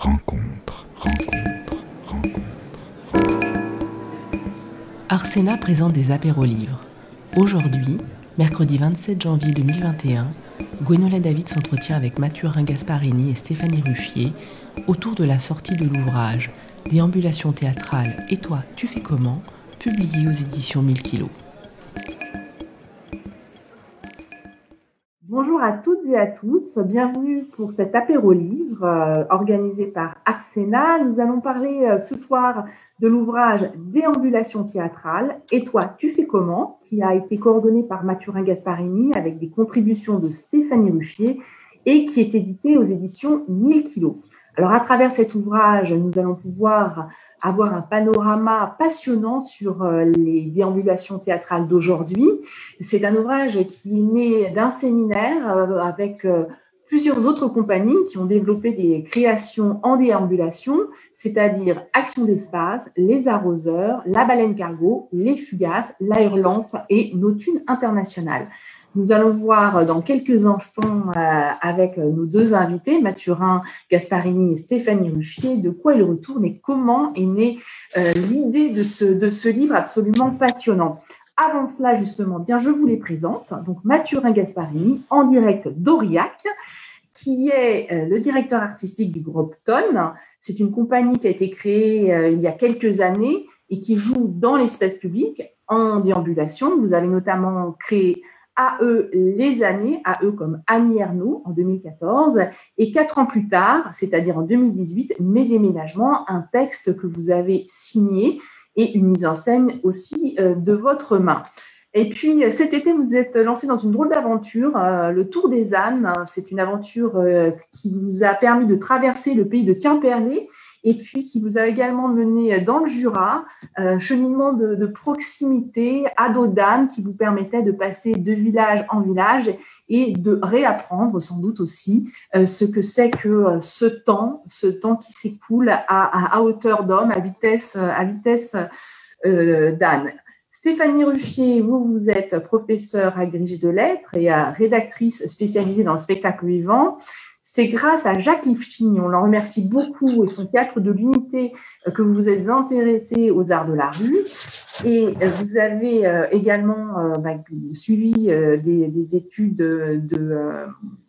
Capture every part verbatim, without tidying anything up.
rencontre, rencontre, rencontre. Arsena présente des apéros livres. Aujourd'hui, mercredi vingt-sept janvier deux mille vingt et un, Gwénola David s'entretient avec Mathurin Gasparini et Stéphanie Ruffier autour de la sortie de l'ouvrage « Déambulation théâtrale et toi, tu fais comment ?», publié aux éditions mille kilos. Bonjour à toutes et à tous, bienvenue pour cet apéro livre euh, organisé par Arsena. Nous allons parler euh, ce soir de l'ouvrage Déambulation théâtrale et toi, tu fais comment ? Qui a été coordonné par Mathurin Gasparini avec des contributions de Stéphanie Ruffier et qui est édité aux éditions mille kilos. Alors à travers cet ouvrage, nous allons pouvoir avoir un panorama passionnant sur les déambulations théâtrales d'aujourd'hui. C'est un ouvrage qui est né d'un séminaire avec plusieurs autres compagnies qui ont développé des créations en déambulation, c'est-à-dire Action d'Espace, Les Arroseurs, La Baleine Cargo, Les Fugaces, La Hurlante et Nos Thunes Internationales. Nous allons voir dans quelques instants euh, avec nos deux invités, Mathurin Gasparini et Stéphanie Ruffier, de quoi il retourne et comment est née euh, l'idée de ce, de ce livre absolument passionnant. Avant cela, justement, bien, je vous les présente. Donc, Mathurin Gasparini, en direct d'Aurillac, qui est euh, le directeur artistique du groupe Tonne. C'est une compagnie qui a été créée euh, il y a quelques années et qui joue dans l'espace public en déambulation. Vous avez notamment créé A E les années, A E comme Annie Ernaux en deux mille quatorze, et quatre ans plus tard, c'est-à-dire en deux mille dix-huit, Mes déménagements, un texte que vous avez signé et une mise en scène aussi euh, de votre main. Et puis cet été, vous êtes lancé dans une drôle d'aventure, euh, le Tour des ânes. C'est une aventure euh, qui vous a permis de traverser le pays de Quimperlé et puis qui vous a également mené dans le Jura, euh, cheminement de, de proximité à dos d'âne qui vous permettait de passer de village en village et de réapprendre sans doute aussi euh, ce que c'est que euh, ce temps, ce temps qui s'écoule à, à, à hauteur d'homme, à vitesse, à vitesse euh, d'âne. Stéphanie Ruffier, vous, vous êtes professeure agrégée de lettres et rédactrice spécialisée dans le spectacle vivant. C'est grâce à Jacques-Yves Chignon, on l'en remercie beaucoup, et son théâtre de l'unité, que vous vous êtes intéressée aux arts de la rue. Et vous avez également bah, suivi des, des études de, de euh,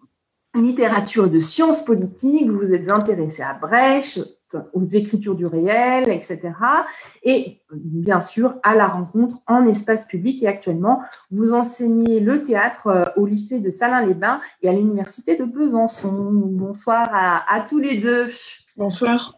littérature et de sciences politiques. Vous vous êtes intéressée à Brecht, aux écritures du réel, et cetera. Et bien sûr, à la rencontre en espace public. Et actuellement, vous enseignez le théâtre au lycée de Salins-les-Bains et à l'université de Besançon. Bonsoir à, à tous les deux. Bonsoir.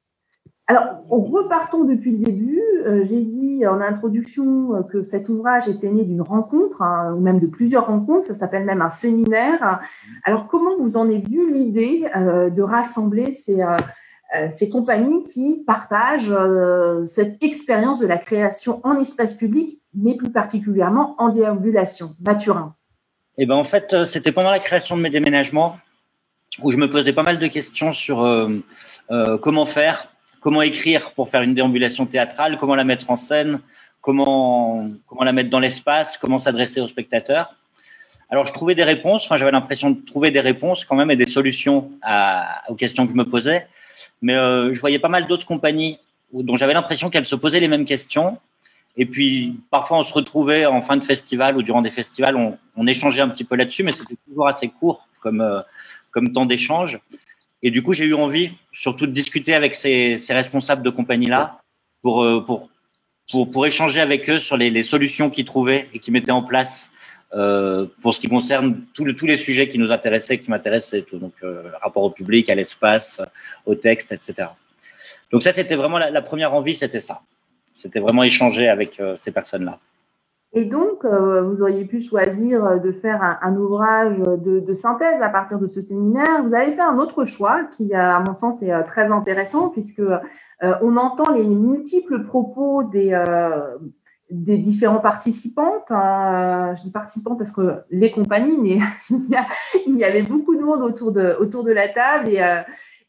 Alors, repartons depuis le début. Euh, j'ai dit en introduction que cet ouvrage était né d'une rencontre, hein, ou même de plusieurs rencontres. Ça s'appelle même un séminaire. Alors, comment vous en est venue l'idée euh, de rassembler ces... Euh, ces compagnies qui partagent euh, cette expérience de la création en espace public, mais plus particulièrement en déambulation. Mathurin. Eh ben, en fait, c'était pendant la création de Mes déménagements où je me posais pas mal de questions sur euh, euh, comment faire, comment écrire pour faire une déambulation théâtrale, comment la mettre en scène, comment, comment la mettre dans l'espace, comment s'adresser aux spectateurs. Alors, je trouvais des réponses, enfin, j'avais l'impression de trouver des réponses quand même et des solutions à, aux questions que je me posais. Mais euh, je voyais pas mal d'autres compagnies dont j'avais l'impression qu'elles se posaient les mêmes questions. Et puis, parfois, on se retrouvait en fin de festival ou durant des festivals, on, on échangeait un petit peu là-dessus, mais c'était toujours assez court comme, euh, comme temps d'échange. Et du coup, j'ai eu envie surtout de discuter avec ces, ces responsables de compagnies-là pour, euh, pour, pour, pour échanger avec eux sur les, les solutions qu'ils trouvaient et qu'ils mettaient en place Euh, pour ce qui concerne tous le, tous les sujets qui nous intéressaient, qui m'intéressaient, tout, donc euh, rapport au public, à l'espace, au texte, et cetera. Donc ça, c'était vraiment la, la première envie, c'était ça. C'était vraiment échanger avec euh, ces personnes-là. Et donc, euh, vous auriez pu choisir de faire un, un ouvrage de, de synthèse à partir de ce séminaire. Vous avez fait un autre choix qui, à mon sens, est très intéressant puisque euh, on entend les multiples propos des euh, des différents participantes. Euh, je dis participants parce que les compagnies, mais il y, a, il y avait beaucoup de monde autour de, autour de la table et, euh,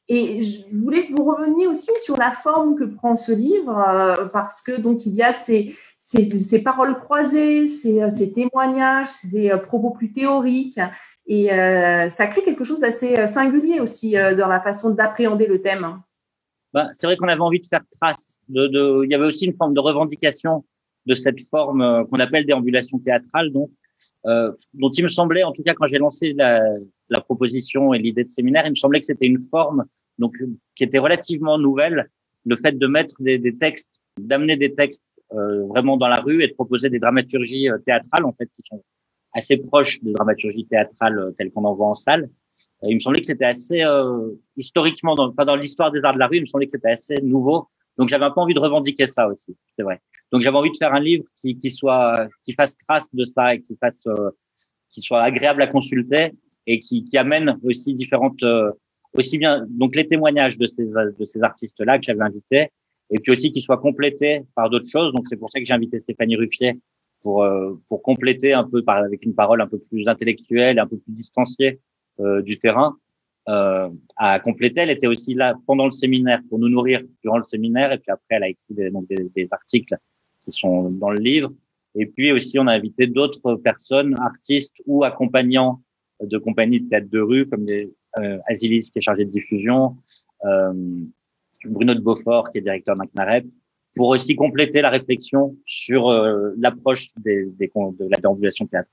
Et je voulais que vous reveniez aussi sur la forme que prend ce livre, euh, parce que donc il y a ces, ces, ces paroles croisées, ces, ces témoignages, ces propos plus théoriques, et euh, ça crée quelque chose d'assez singulier aussi euh, dans la façon d'appréhender le thème. Ben, c'est vrai qu'on avait envie de faire trace. De, de, il y avait aussi une forme de revendication de cette forme euh, qu'on appelle déambulation théâtrale, donc, euh, dont il me semblait, en tout cas quand j'ai lancé la, la proposition et l'idée de séminaire, il me semblait que c'était une forme donc qui était relativement nouvelle, le fait de mettre des, des textes, d'amener des textes euh, vraiment dans la rue et de proposer des dramaturgies euh, théâtrales en fait qui sont assez proches des dramaturgies théâtrales euh, telles qu'on en voit en salle. Et il me semblait que c'était assez euh, historiquement, dans, pas dans l'histoire des arts de la rue, il me semblait que c'était assez nouveau. Donc j'avais un peu envie de revendiquer ça aussi, c'est vrai. Donc j'avais envie de faire un livre qui, qui soit, qui fasse trace de ça et qui fasse, euh, qui soit agréable à consulter et qui, qui amène aussi différentes, euh, aussi bien donc les témoignages de ces de ces artistes-là que j'avais invités, et puis aussi qui soit complété par d'autres choses. Donc c'est pour ça que j'ai invité Stéphanie Ruffier pour euh, pour compléter un peu par avec une parole un peu plus intellectuelle, un peu plus distanciée euh, du terrain. Euh, à compléter, elle était aussi là pendant le séminaire pour nous nourrir durant le séminaire, et puis après elle a écrit des, donc des, des articles qui sont dans le livre. Et puis aussi on a invité d'autres personnes, artistes ou accompagnants de compagnies de théâtre de rue comme des euh, Asilis qui est chargé de diffusion, euh, Bruno de Beaufort qui est directeur d'un C N A R E P, pour aussi compléter la réflexion sur euh, l'approche des, des, de la déambulation théâtrale.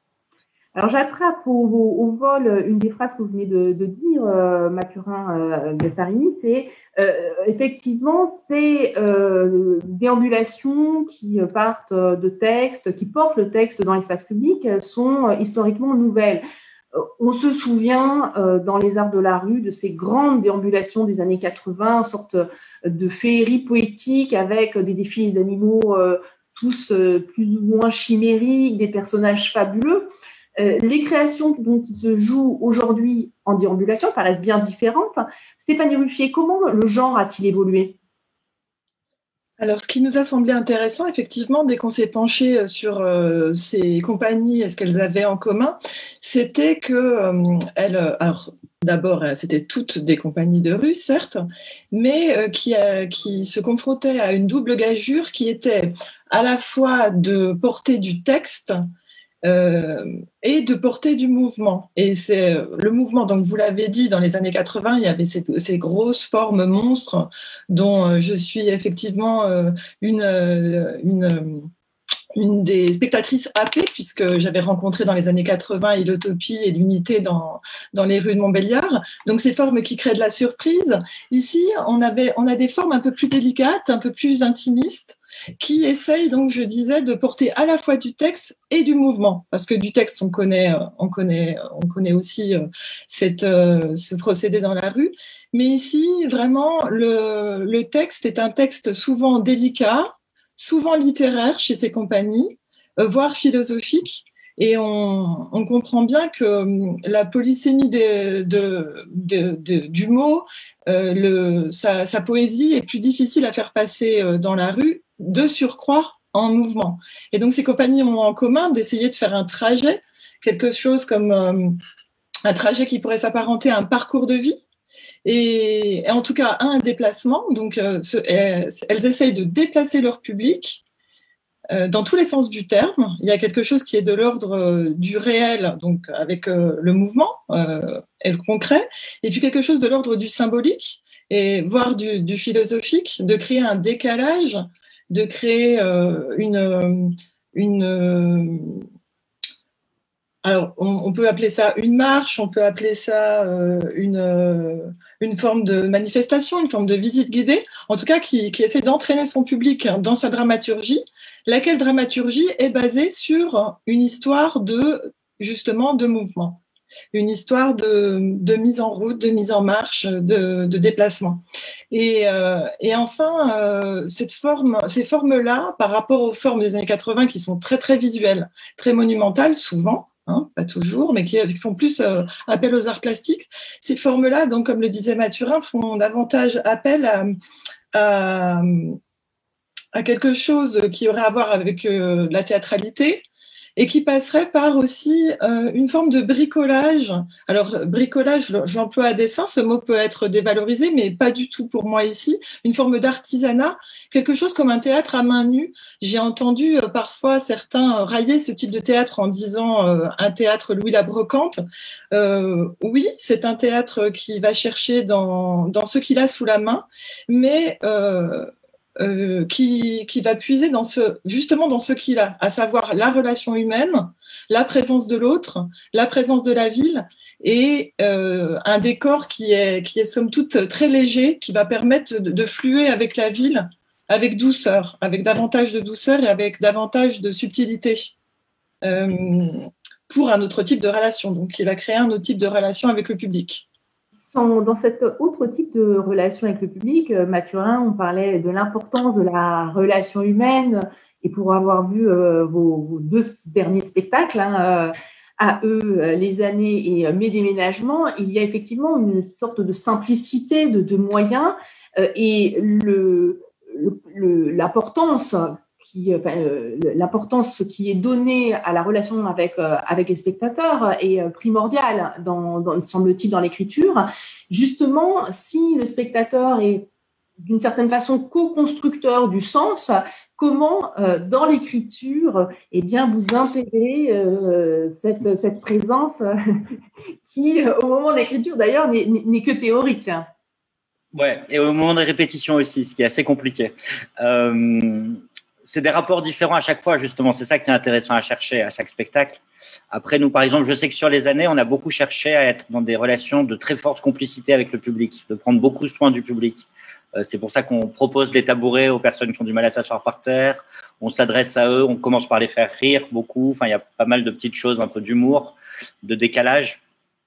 Alors, j'attrape au, au, au vol une des phrases que vous venez de, de dire, euh, Mathurin euh, Gasparini, c'est euh, effectivement ces euh, déambulations qui partent de textes, qui portent le texte dans l'espace public, sont euh, historiquement nouvelles. On se souvient euh, dans les arts de la rue de ces grandes déambulations des années quatre-vingts, une sorte de féerie poétique avec des défilés d'animaux euh, tous euh, plus ou moins chimériques, des personnages fabuleux. Euh, les créations donc, qui se jouent aujourd'hui en déambulation paraissent bien différentes. Stéphanie Ruffier, comment le genre a-t-il évolué ? Alors, ce qui nous a semblé intéressant, effectivement, dès qu'on s'est penché sur euh, ces compagnies et ce qu'elles avaient en commun, c'était que euh, elles, alors, d'abord, c'était toutes des compagnies de rue, certes, mais euh, qui, euh, qui se confrontaient à une double gageure qui était à la fois de porter du texte Euh, et de porter du mouvement. Et c'est le mouvement, donc vous l'avez dit, dans les années quatre-vingts, il y avait ces, ces grosses formes monstres dont je suis effectivement une, une, une des spectatrices happées, puisque j'avais rencontré dans les années quatre-vingts l'Utopie et l'Unité dans, dans les rues de Montbéliard. Donc ces formes qui créent de la surprise. Ici, on, avait, on a des formes un peu plus délicates, un peu plus intimistes, qui essaye, donc je disais, de porter à la fois du texte et du mouvement, parce que du texte on connaît, on connaît, on connaît aussi cette, ce procédé dans la rue, mais ici vraiment le, le texte est un texte souvent délicat, souvent littéraire chez ces compagnies, voire philosophique. Et on, on comprend bien que la polysémie de, de, de, de, du mot, euh, le, sa, sa poésie est plus difficile à faire passer dans la rue, de surcroît en mouvement. Et donc ces compagnies ont en commun d'essayer de faire un trajet, quelque chose comme euh, un trajet qui pourrait s'apparenter à un parcours de vie, et, et en tout cas à un déplacement. Donc euh, ce, elles, elles essayent de déplacer leur public euh, dans tous les sens du terme. Il y a quelque chose qui est de l'ordre euh, du réel, donc avec euh, le mouvement euh, et le concret, et puis quelque chose de l'ordre du symbolique, et voire du, du philosophique, de créer un décalage, de créer euh, une, une alors on, on peut appeler ça une marche, on peut appeler ça euh, une, euh, une forme de manifestation, une forme de visite guidée, en tout cas qui, qui essaie d'entraîner son public dans sa dramaturgie, laquelle dramaturgie est basée sur une histoire de, justement, de mouvement. Une histoire de, de mise en route, de mise en marche, de, de déplacement. Et, euh, et enfin, euh, cette forme, ces formes-là, par rapport aux formes des années quatre-vingts qui sont très, très visuelles, très monumentales, souvent, hein, pas toujours, mais qui, qui font plus euh, appel aux arts plastiques, ces formes-là, donc, comme le disait Mathurin, font davantage appel à, à, à quelque chose qui aurait à voir avec euh, la théâtralité, et qui passerait par aussi euh, une forme de bricolage. Alors, bricolage, j'emploie à dessein, ce mot peut être dévalorisé, mais pas du tout pour moi ici. Une forme d'artisanat, quelque chose comme un théâtre à main nue. J'ai entendu euh, parfois certains railler ce type de théâtre en disant euh, un théâtre Louis la Brocante. Euh, oui, c'est un théâtre qui va chercher dans, dans ce qu'il a sous la main, mais... Euh, Euh, qui, qui va puiser dans ce, justement dans ce qu'il a, à savoir la relation humaine, la présence de l'autre, la présence de la ville et euh, un décor qui est, qui est somme toute très léger, qui va permettre de, de fluer avec la ville, avec douceur, avec davantage de douceur et avec davantage de subtilité euh, pour un autre type de relation. Donc, il va créer un autre type de relation avec le public. Dans cet autre type de relation avec le public, Mathurin, on parlait de l'importance de la relation humaine et pour avoir vu euh, vos, vos deux derniers spectacles, hein, euh, à eux, les années et mes déménagements, il y a effectivement une sorte de simplicité de, de moyens euh, et le, le, le, l'importance Qui, enfin, euh, l'importance qui est donnée à la relation avec, euh, avec les spectateurs est euh, primordiale, dans, dans, semble-t-il, dans l'écriture. Justement, si le spectateur est d'une certaine façon co-constructeur du sens, comment, euh, dans l'écriture, eh bien, vous intégrez euh, cette, cette présence qui, au moment de l'écriture, d'ailleurs, n'est, n'est que théorique. Ouais, et au moment des répétitions aussi, ce qui est assez compliqué. Euh... C'est des rapports différents à chaque fois, justement. C'est ça qui est intéressant à chercher à chaque spectacle. Après, nous, par exemple, je sais que sur les années, on a beaucoup cherché à être dans des relations de très forte complicité avec le public, de prendre beaucoup soin du public. Euh, c'est pour ça qu'on propose des tabourets aux personnes qui ont du mal à s'asseoir par terre. On s'adresse à eux, on commence par les faire rire beaucoup. Enfin, il y a pas mal de petites choses, un peu d'humour, de décalage.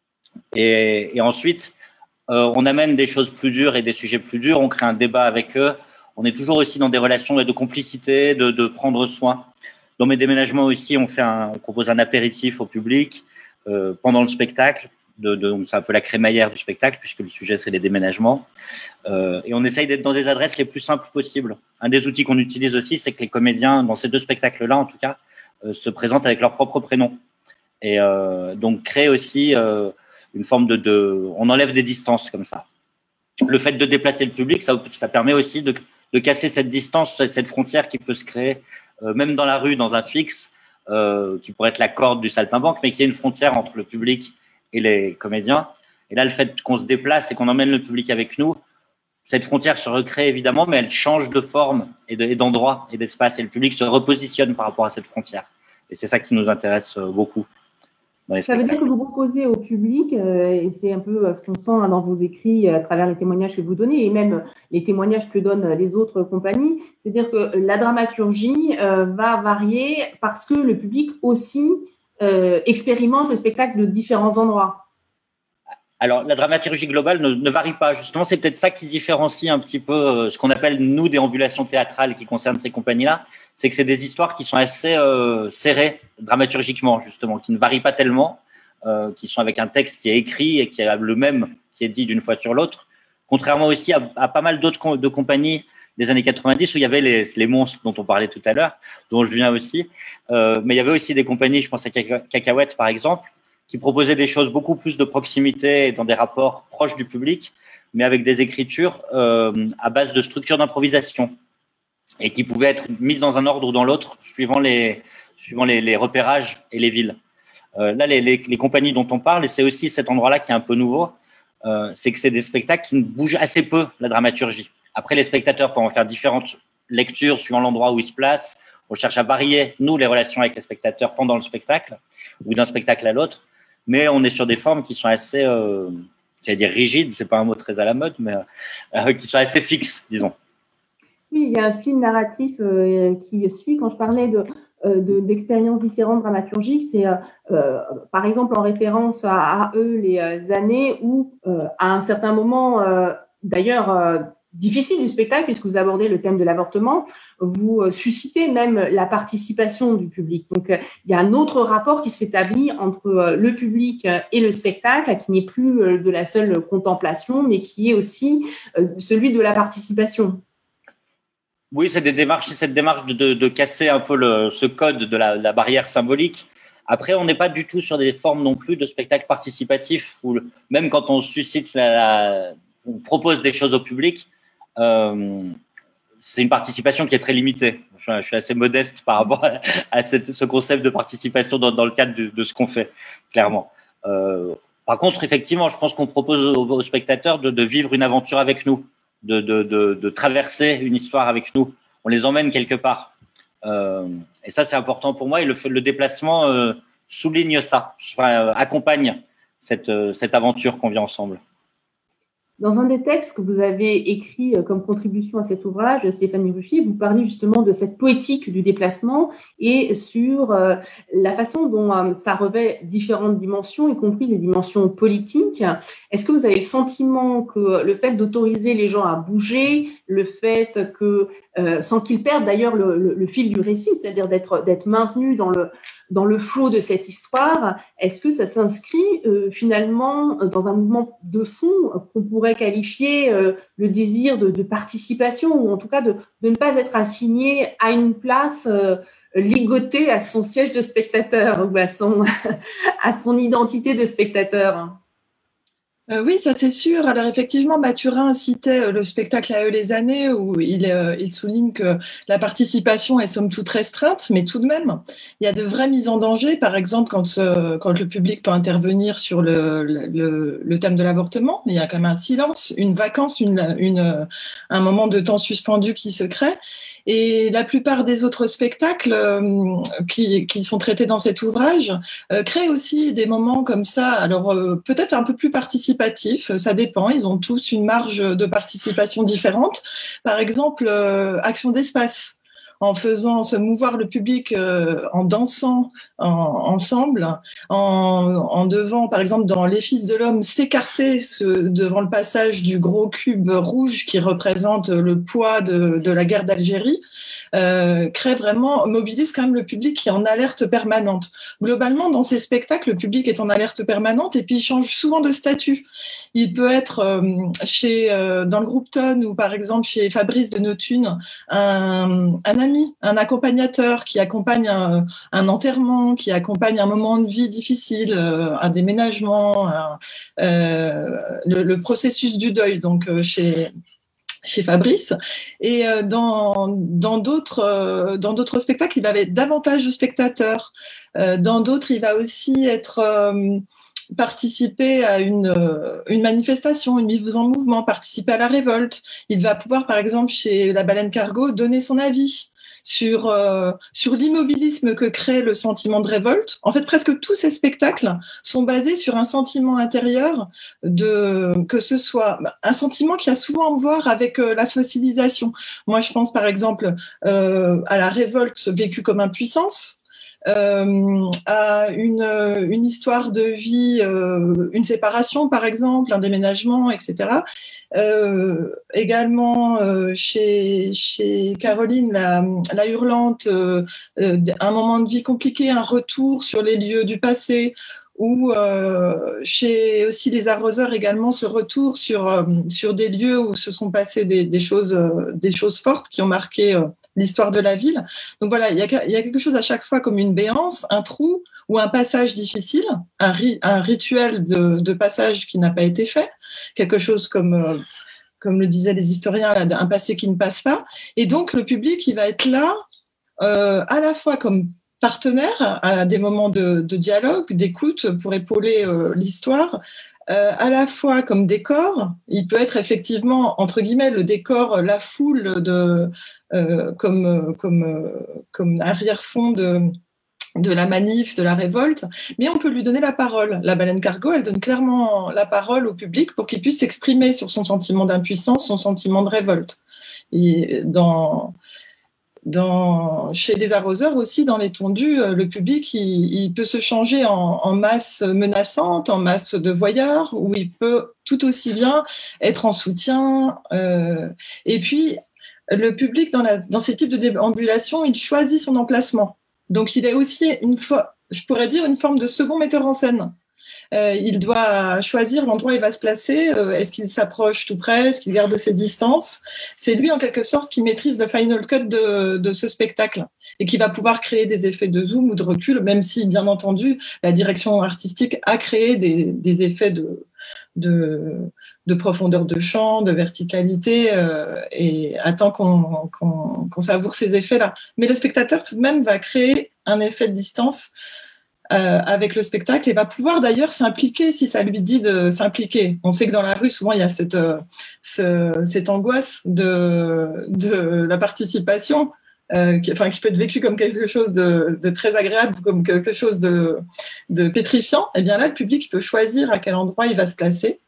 Et, et ensuite, euh, on amène des choses plus dures et des sujets plus durs. On crée un débat avec eux. On est toujours aussi dans des relations de complicité, de, de prendre soin. Dans mes déménagements aussi, on, fait un, on propose un apéritif au public euh, pendant le spectacle. De, de, donc c'est un peu la crémaillère du spectacle, puisque le sujet, c'est les déménagements. Euh, et on essaye d'être dans des adresses les plus simples possibles. Un des outils qu'on utilise aussi, c'est que les comédiens, dans ces deux spectacles-là en tout cas, euh, se présentent avec leur propre prénom. Et euh, donc, créer aussi euh, une forme de, de… On enlève des distances comme ça. Le fait de déplacer le public, ça, ça permet aussi de… de casser cette distance, cette frontière qui peut se créer, euh, même dans la rue, dans un fixe, euh, qui pourrait être la corde du saltimbanque, mais qui est une frontière entre le public et les comédiens. Et là, le fait qu'on se déplace et qu'on emmène le public avec nous, cette frontière se recrée évidemment, mais elle change de forme et, de, et d'endroit et d'espace, et le public se repositionne par rapport à cette frontière. Et c'est ça qui nous intéresse beaucoup. Ça veut dire que vous proposez au public, euh, et c'est un peu ce qu'on sent dans vos écrits à travers les témoignages que vous donnez et même les témoignages que donnent les autres compagnies, c'est-à-dire que la dramaturgie euh, va varier parce que le public aussi euh, expérimente le spectacle de différents endroits. Alors, la dramaturgie globale ne, ne varie pas. Justement, c'est peut-être ça qui différencie un petit peu euh, ce qu'on appelle, nous, déambulations théâtrales qui concernent ces compagnies-là. C'est que c'est des histoires qui sont assez euh, serrées dramaturgiquement, justement, qui ne varient pas tellement, euh, qui sont avec un texte qui est écrit et qui est le même, qui est dit d'une fois sur l'autre. Contrairement aussi à, à pas mal d'autres com- de compagnies des années quatre-vingt-dix où il y avait les, les monstres dont on parlait tout à l'heure, dont je viens aussi. Euh, mais il y avait aussi des compagnies, je pense à Cacahuètes par exemple, qui proposaient des choses beaucoup plus de proximité et dans des rapports proches du public, mais avec des écritures euh, à base de structures d'improvisation et qui pouvaient être mises dans un ordre ou dans l'autre suivant les, suivant les, les repérages et les villes. Euh, là, les, les, les compagnies dont on parle, et c'est aussi cet endroit-là qui est un peu nouveau, euh, c'est que c'est des spectacles qui bougent assez peu la dramaturgie. Après, les spectateurs peuvent en faire différentes lectures suivant l'endroit où ils se placent. On cherche à varier, nous, les relations avec les spectateurs pendant le spectacle ou d'un spectacle à l'autre. Mais on est sur des formes qui sont assez, euh, j'allais dire rigides, c'est pas un mot très à la mode, mais euh, qui sont assez fixes, disons. Oui, il y a un fil narratif euh, qui suit. Quand je parlais de, euh, de, d'expériences différentes dramaturgiques, c'est euh, euh, par exemple en référence à, à eux les euh, années où, euh, à un certain moment, euh, d'ailleurs, euh, difficile du spectacle, puisque vous abordez le thème de l'avortement, vous euh, suscitez même la participation du public. Donc, euh, il y a un autre rapport qui s'établit entre euh, le public euh, et le spectacle, qui n'est plus euh, de la seule contemplation, mais qui est aussi euh, celui de la participation. Oui, c'est des démarches, c'est cette démarche de, de, de casser un peu le, ce code de la, la barrière symbolique. Après, on n'est pas du tout sur des formes non plus de spectacle participatif où le, même quand on suscite, la, la, on propose des choses au public, euh, c'est une participation qui est très limitée. Je, je suis assez modeste par rapport à, à cette, ce concept de participation dans, dans le cadre de, de ce qu'on fait, clairement. Euh, par contre, effectivement, je pense qu'on propose aux, aux spectateurs de, de vivre une aventure avec nous, de, de, de, de traverser une histoire avec nous. On les emmène quelque part. Euh, et ça, c'est important pour moi. Et le, le déplacement euh, souligne ça, enfin, euh, accompagne cette, euh, cette aventure qu'on vit ensemble. Dans un des textes que vous avez écrit comme contribution à cet ouvrage, Stéphanie Ruffier, vous parlez justement de cette poétique du déplacement et sur euh, la façon dont euh, ça revêt différentes dimensions, y compris des dimensions politiques. Est-ce que vous avez le sentiment que le fait d'autoriser les gens à bouger, le fait que, euh, sans qu'ils perdent d'ailleurs le, le, le fil du récit, c'est-à-dire d'être, d'être maintenus dans le, dans le flot de cette histoire, est-ce que ça s'inscrit euh, finalement dans un mouvement de fond qu'on pourrait qualifier euh, le désir de, de participation, ou en tout cas de, de ne pas être assigné à une place euh, ligotée à son siège de spectateur ou à son, à son identité de spectateur? Euh, oui, ça c'est sûr. Alors effectivement, Mathurin citait le spectacle À eux les années où il, euh, il souligne que la participation est somme toute restreinte, mais tout de même, il y a de vraies mises en danger. Par exemple, quand, euh, quand le public peut intervenir sur le, le, le thème de l'avortement, il y a quand même un silence, une vacance, une, une, un moment de temps suspendu qui se crée. Et la plupart des autres spectacles euh, qui, qui sont traités dans cet ouvrage euh, créent aussi des moments comme ça, alors euh, peut-être un peu plus participatifs, ça dépend, ils ont tous une marge de participation différente. Par exemple, euh, Action d'espace, en faisant se mouvoir le public, euh, en dansant en, ensemble, en, en devant, par exemple, dans Les Fils de l'Homme, s'écarter ce, devant le passage du gros cube rouge qui représente le poids de, de la guerre d'Algérie, euh, crée vraiment, mobilise quand même le public qui est en alerte permanente. Globalement, dans ces spectacles, le public est en alerte permanente et puis il change souvent de statut. Il peut être euh, chez, euh, dans le groupe Tonne ou par exemple chez Fabrice de Nothune, un, un ami, un accompagnateur qui accompagne un, un enterrement, qui accompagne un moment de vie difficile, euh, un déménagement, un, euh, le, le processus du deuil. Donc euh, chez chez Fabrice, et euh, dans dans d'autres euh, dans d'autres spectacles, il va avoir davantage de spectateurs. Euh, dans d'autres, il va aussi être euh, participer à une euh, une manifestation, une mise en mouvement, participer à la révolte. Il va pouvoir, par exemple, chez La Baleine Cargo, donner son avis sur euh, sur l'immobilisme que crée le sentiment de révolte. En fait, presque tous ces spectacles sont basés sur un sentiment intérieur, de que ce soit un sentiment qui a souvent à voir avec euh, la fossilisation. Moi, je pense par exemple euh, à la révolte vécue comme impuissance. Euh, à une, une histoire de vie, euh, une séparation par exemple, un déménagement, et cetera. Euh, également euh, chez, chez Caroline, la, la hurlante, euh, euh, un moment de vie compliqué, un retour sur les lieux du passé, ou euh, chez aussi les arroseurs également ce retour sur, euh, sur des lieux où se sont passées des, des, choses, euh, des choses fortes qui ont marqué euh, l'histoire de la ville. Donc voilà, il y, a, il y a quelque chose à chaque fois comme une béance, un trou ou un passage difficile, un, ri, un rituel de, de passage qui n'a pas été fait, quelque chose comme, euh, comme le disaient les historiens, là, un passé qui ne passe pas. Et donc le public, il va être là euh, à la fois comme partenaire à des moments de, de dialogue, d'écoute pour épauler euh, l'histoire, euh, à la fois comme décor. Il peut être effectivement, entre guillemets, le décor, la foule de, euh, comme, comme, comme arrière-fond de, de la manif, de la révolte, mais on peut lui donner la parole. La Baleine Cargo, elle donne clairement la parole au public pour qu'il puisse s'exprimer sur son sentiment d'impuissance, son sentiment de révolte. Et dans... Dans, chez les arroseurs aussi, dans les tondus, le public, il, il peut se changer en, en masse menaçante, en masse de voyeurs, ou il peut tout aussi bien être en soutien. Euh, et puis, le public, dans, la, dans ces types de déambulation, il choisit son emplacement. Donc, il est aussi, une fo- je pourrais dire, une forme de second metteur en scène. Euh, il doit choisir l'endroit où il va se placer. Euh, est-ce qu'il s'approche tout près? Est-ce qu'il garde ses distances? C'est lui, en quelque sorte, qui maîtrise le final cut de, de ce spectacle et qui va pouvoir créer des effets de zoom ou de recul, même si, bien entendu, la direction artistique a créé des, des effets de, de, de profondeur de champ, de verticalité, euh, et attend qu'on, qu'on, qu'on savoure ces effets-là. Mais le spectateur, tout de même, va créer un effet de distance Euh, avec le spectacle et va pouvoir d'ailleurs s'impliquer si ça lui dit de s'impliquer. On sait que dans la rue, souvent, il y a cette, euh, ce, cette angoisse de, de la participation euh, qui, enfin, qui peut être vécue comme quelque chose de, de très agréable, comme quelque chose de, de pétrifiant. Et bien là, le public peut choisir à quel endroit il va se placer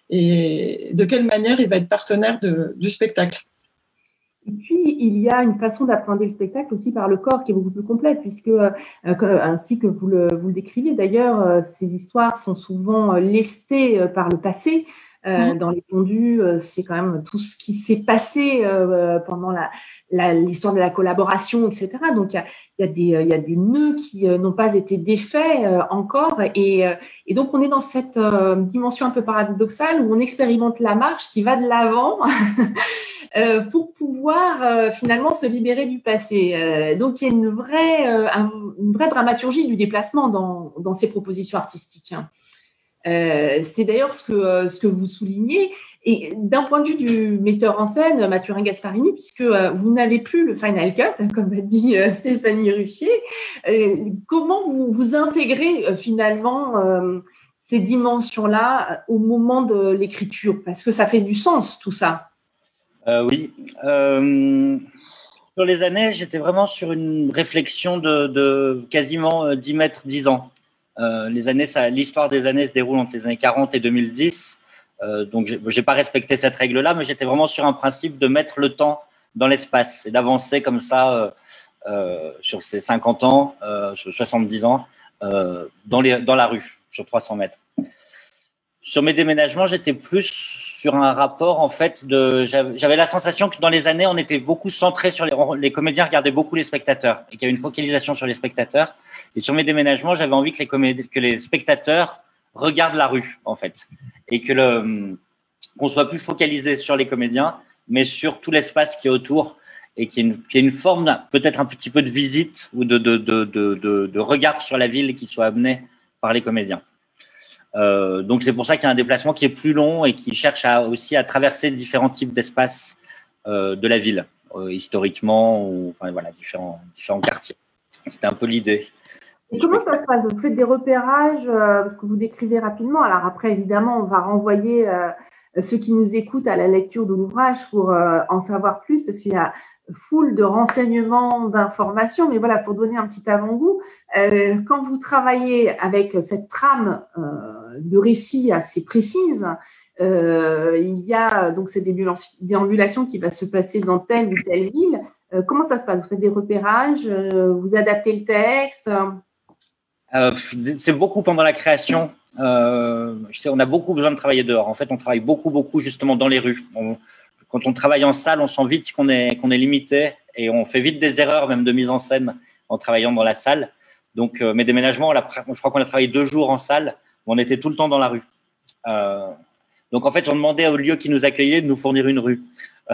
et de quelle manière il va être partenaire de, du spectacle. Et puis, il y a une façon d'appréhender le spectacle aussi par le corps qui est beaucoup plus complète, puisque, euh, ainsi que vous le, vous le décrivez, d'ailleurs, euh, ces histoires sont souvent lestées euh, par le passé. Euh, mmh. Dans les Pondus, euh, c'est quand même tout ce qui s'est passé euh, pendant la, la, l'histoire de la collaboration, et cetera. Donc, il y a, il y a, des, il y a des nœuds qui euh, n'ont pas été défaits euh, encore. Et, euh, et donc, on est dans cette euh, dimension un peu paradoxale où on expérimente la marche qui va de l'avant euh, pour pouvoir euh, finalement se libérer du passé. Euh, donc, il y a une vraie, euh, un, une vraie dramaturgie du déplacement dans, dans ces propositions artistiques. Euh, c'est d'ailleurs ce que, euh, ce que vous soulignez. Et d'un point de vue du metteur en scène, Mathurin Gasparini, puisque euh, vous n'avez plus le final cut, comme a dit euh, Stéphanie Ruffier, euh, comment vous, vous intégrez euh, finalement euh, ces dimensions-là au moment de l'écriture? Parce que ça fait du sens, tout ça. Euh, oui. Euh, sur les années, j'étais vraiment sur une réflexion de, de quasiment dix mètres, dix ans. Euh, les années, ça, l'histoire des années se déroule entre les années quarante et deux mille dix. Euh, donc, j'ai, j'ai pas respecté cette règle-là, mais j'étais vraiment sur un principe de mettre le temps dans l'espace et d'avancer comme ça euh, euh, sur ces cinquante ans, euh, sur soixante-dix ans, euh, dans, les, dans la rue, sur trois cents mètres. Sur mes déménagements, j'étais plus sur un rapport, en fait, de, j'avais, j'avais la sensation que dans les années, on était beaucoup centré sur les, les comédiens regardaient beaucoup les spectateurs et qu'il y avait une focalisation sur les spectateurs. Et sur mes déménagements, j'avais envie que les, coméd- que les spectateurs regardent la rue, en fait, et que le, qu'on soit plus focalisé sur les comédiens, mais sur tout l'espace qui est autour et qu'il y ait une, qu'il y ait une forme, peut-être un petit peu de visite ou de, de, de, de, de, de regard sur la ville qui soit amené par les comédiens. Euh, donc, c'est pour ça qu'il y a un déplacement qui est plus long et qui cherche à, aussi à traverser différents types d'espaces euh, de la ville, euh, historiquement, ou enfin, voilà, différents, différents quartiers. C'était un peu l'idée. Et comment ça se passe? Vous faites des repérages, euh, parce que vous décrivez rapidement. Alors après, évidemment, on va renvoyer euh, ceux qui nous écoutent à la lecture de l'ouvrage pour euh, en savoir plus, parce qu'il y a foule de renseignements, d'informations. Mais voilà, pour donner un petit avant-goût, euh, quand vous travaillez avec cette trame euh, de récit assez précise, euh, il y a donc cette déambulation qui va se passer dans telle ou telle ville. Euh, comment ça se passe? Vous faites des repérages, euh, vous adaptez le texte? Euh, c'est beaucoup pendant la création. Euh, je sais, on a beaucoup besoin de travailler dehors. En fait, on travaille beaucoup, beaucoup justement dans les rues. On, quand on travaille en salle, on sent vite qu'on est, qu'on est limité et on fait vite des erreurs, même de mise en scène, en travaillant dans la salle. Donc, euh, mes déménagements, on a, je crois qu'on a travaillé deux jours en salle, on était tout le temps dans la rue. Euh, donc, en fait, on demandait au lieu qui nous accueillait de nous fournir une rue.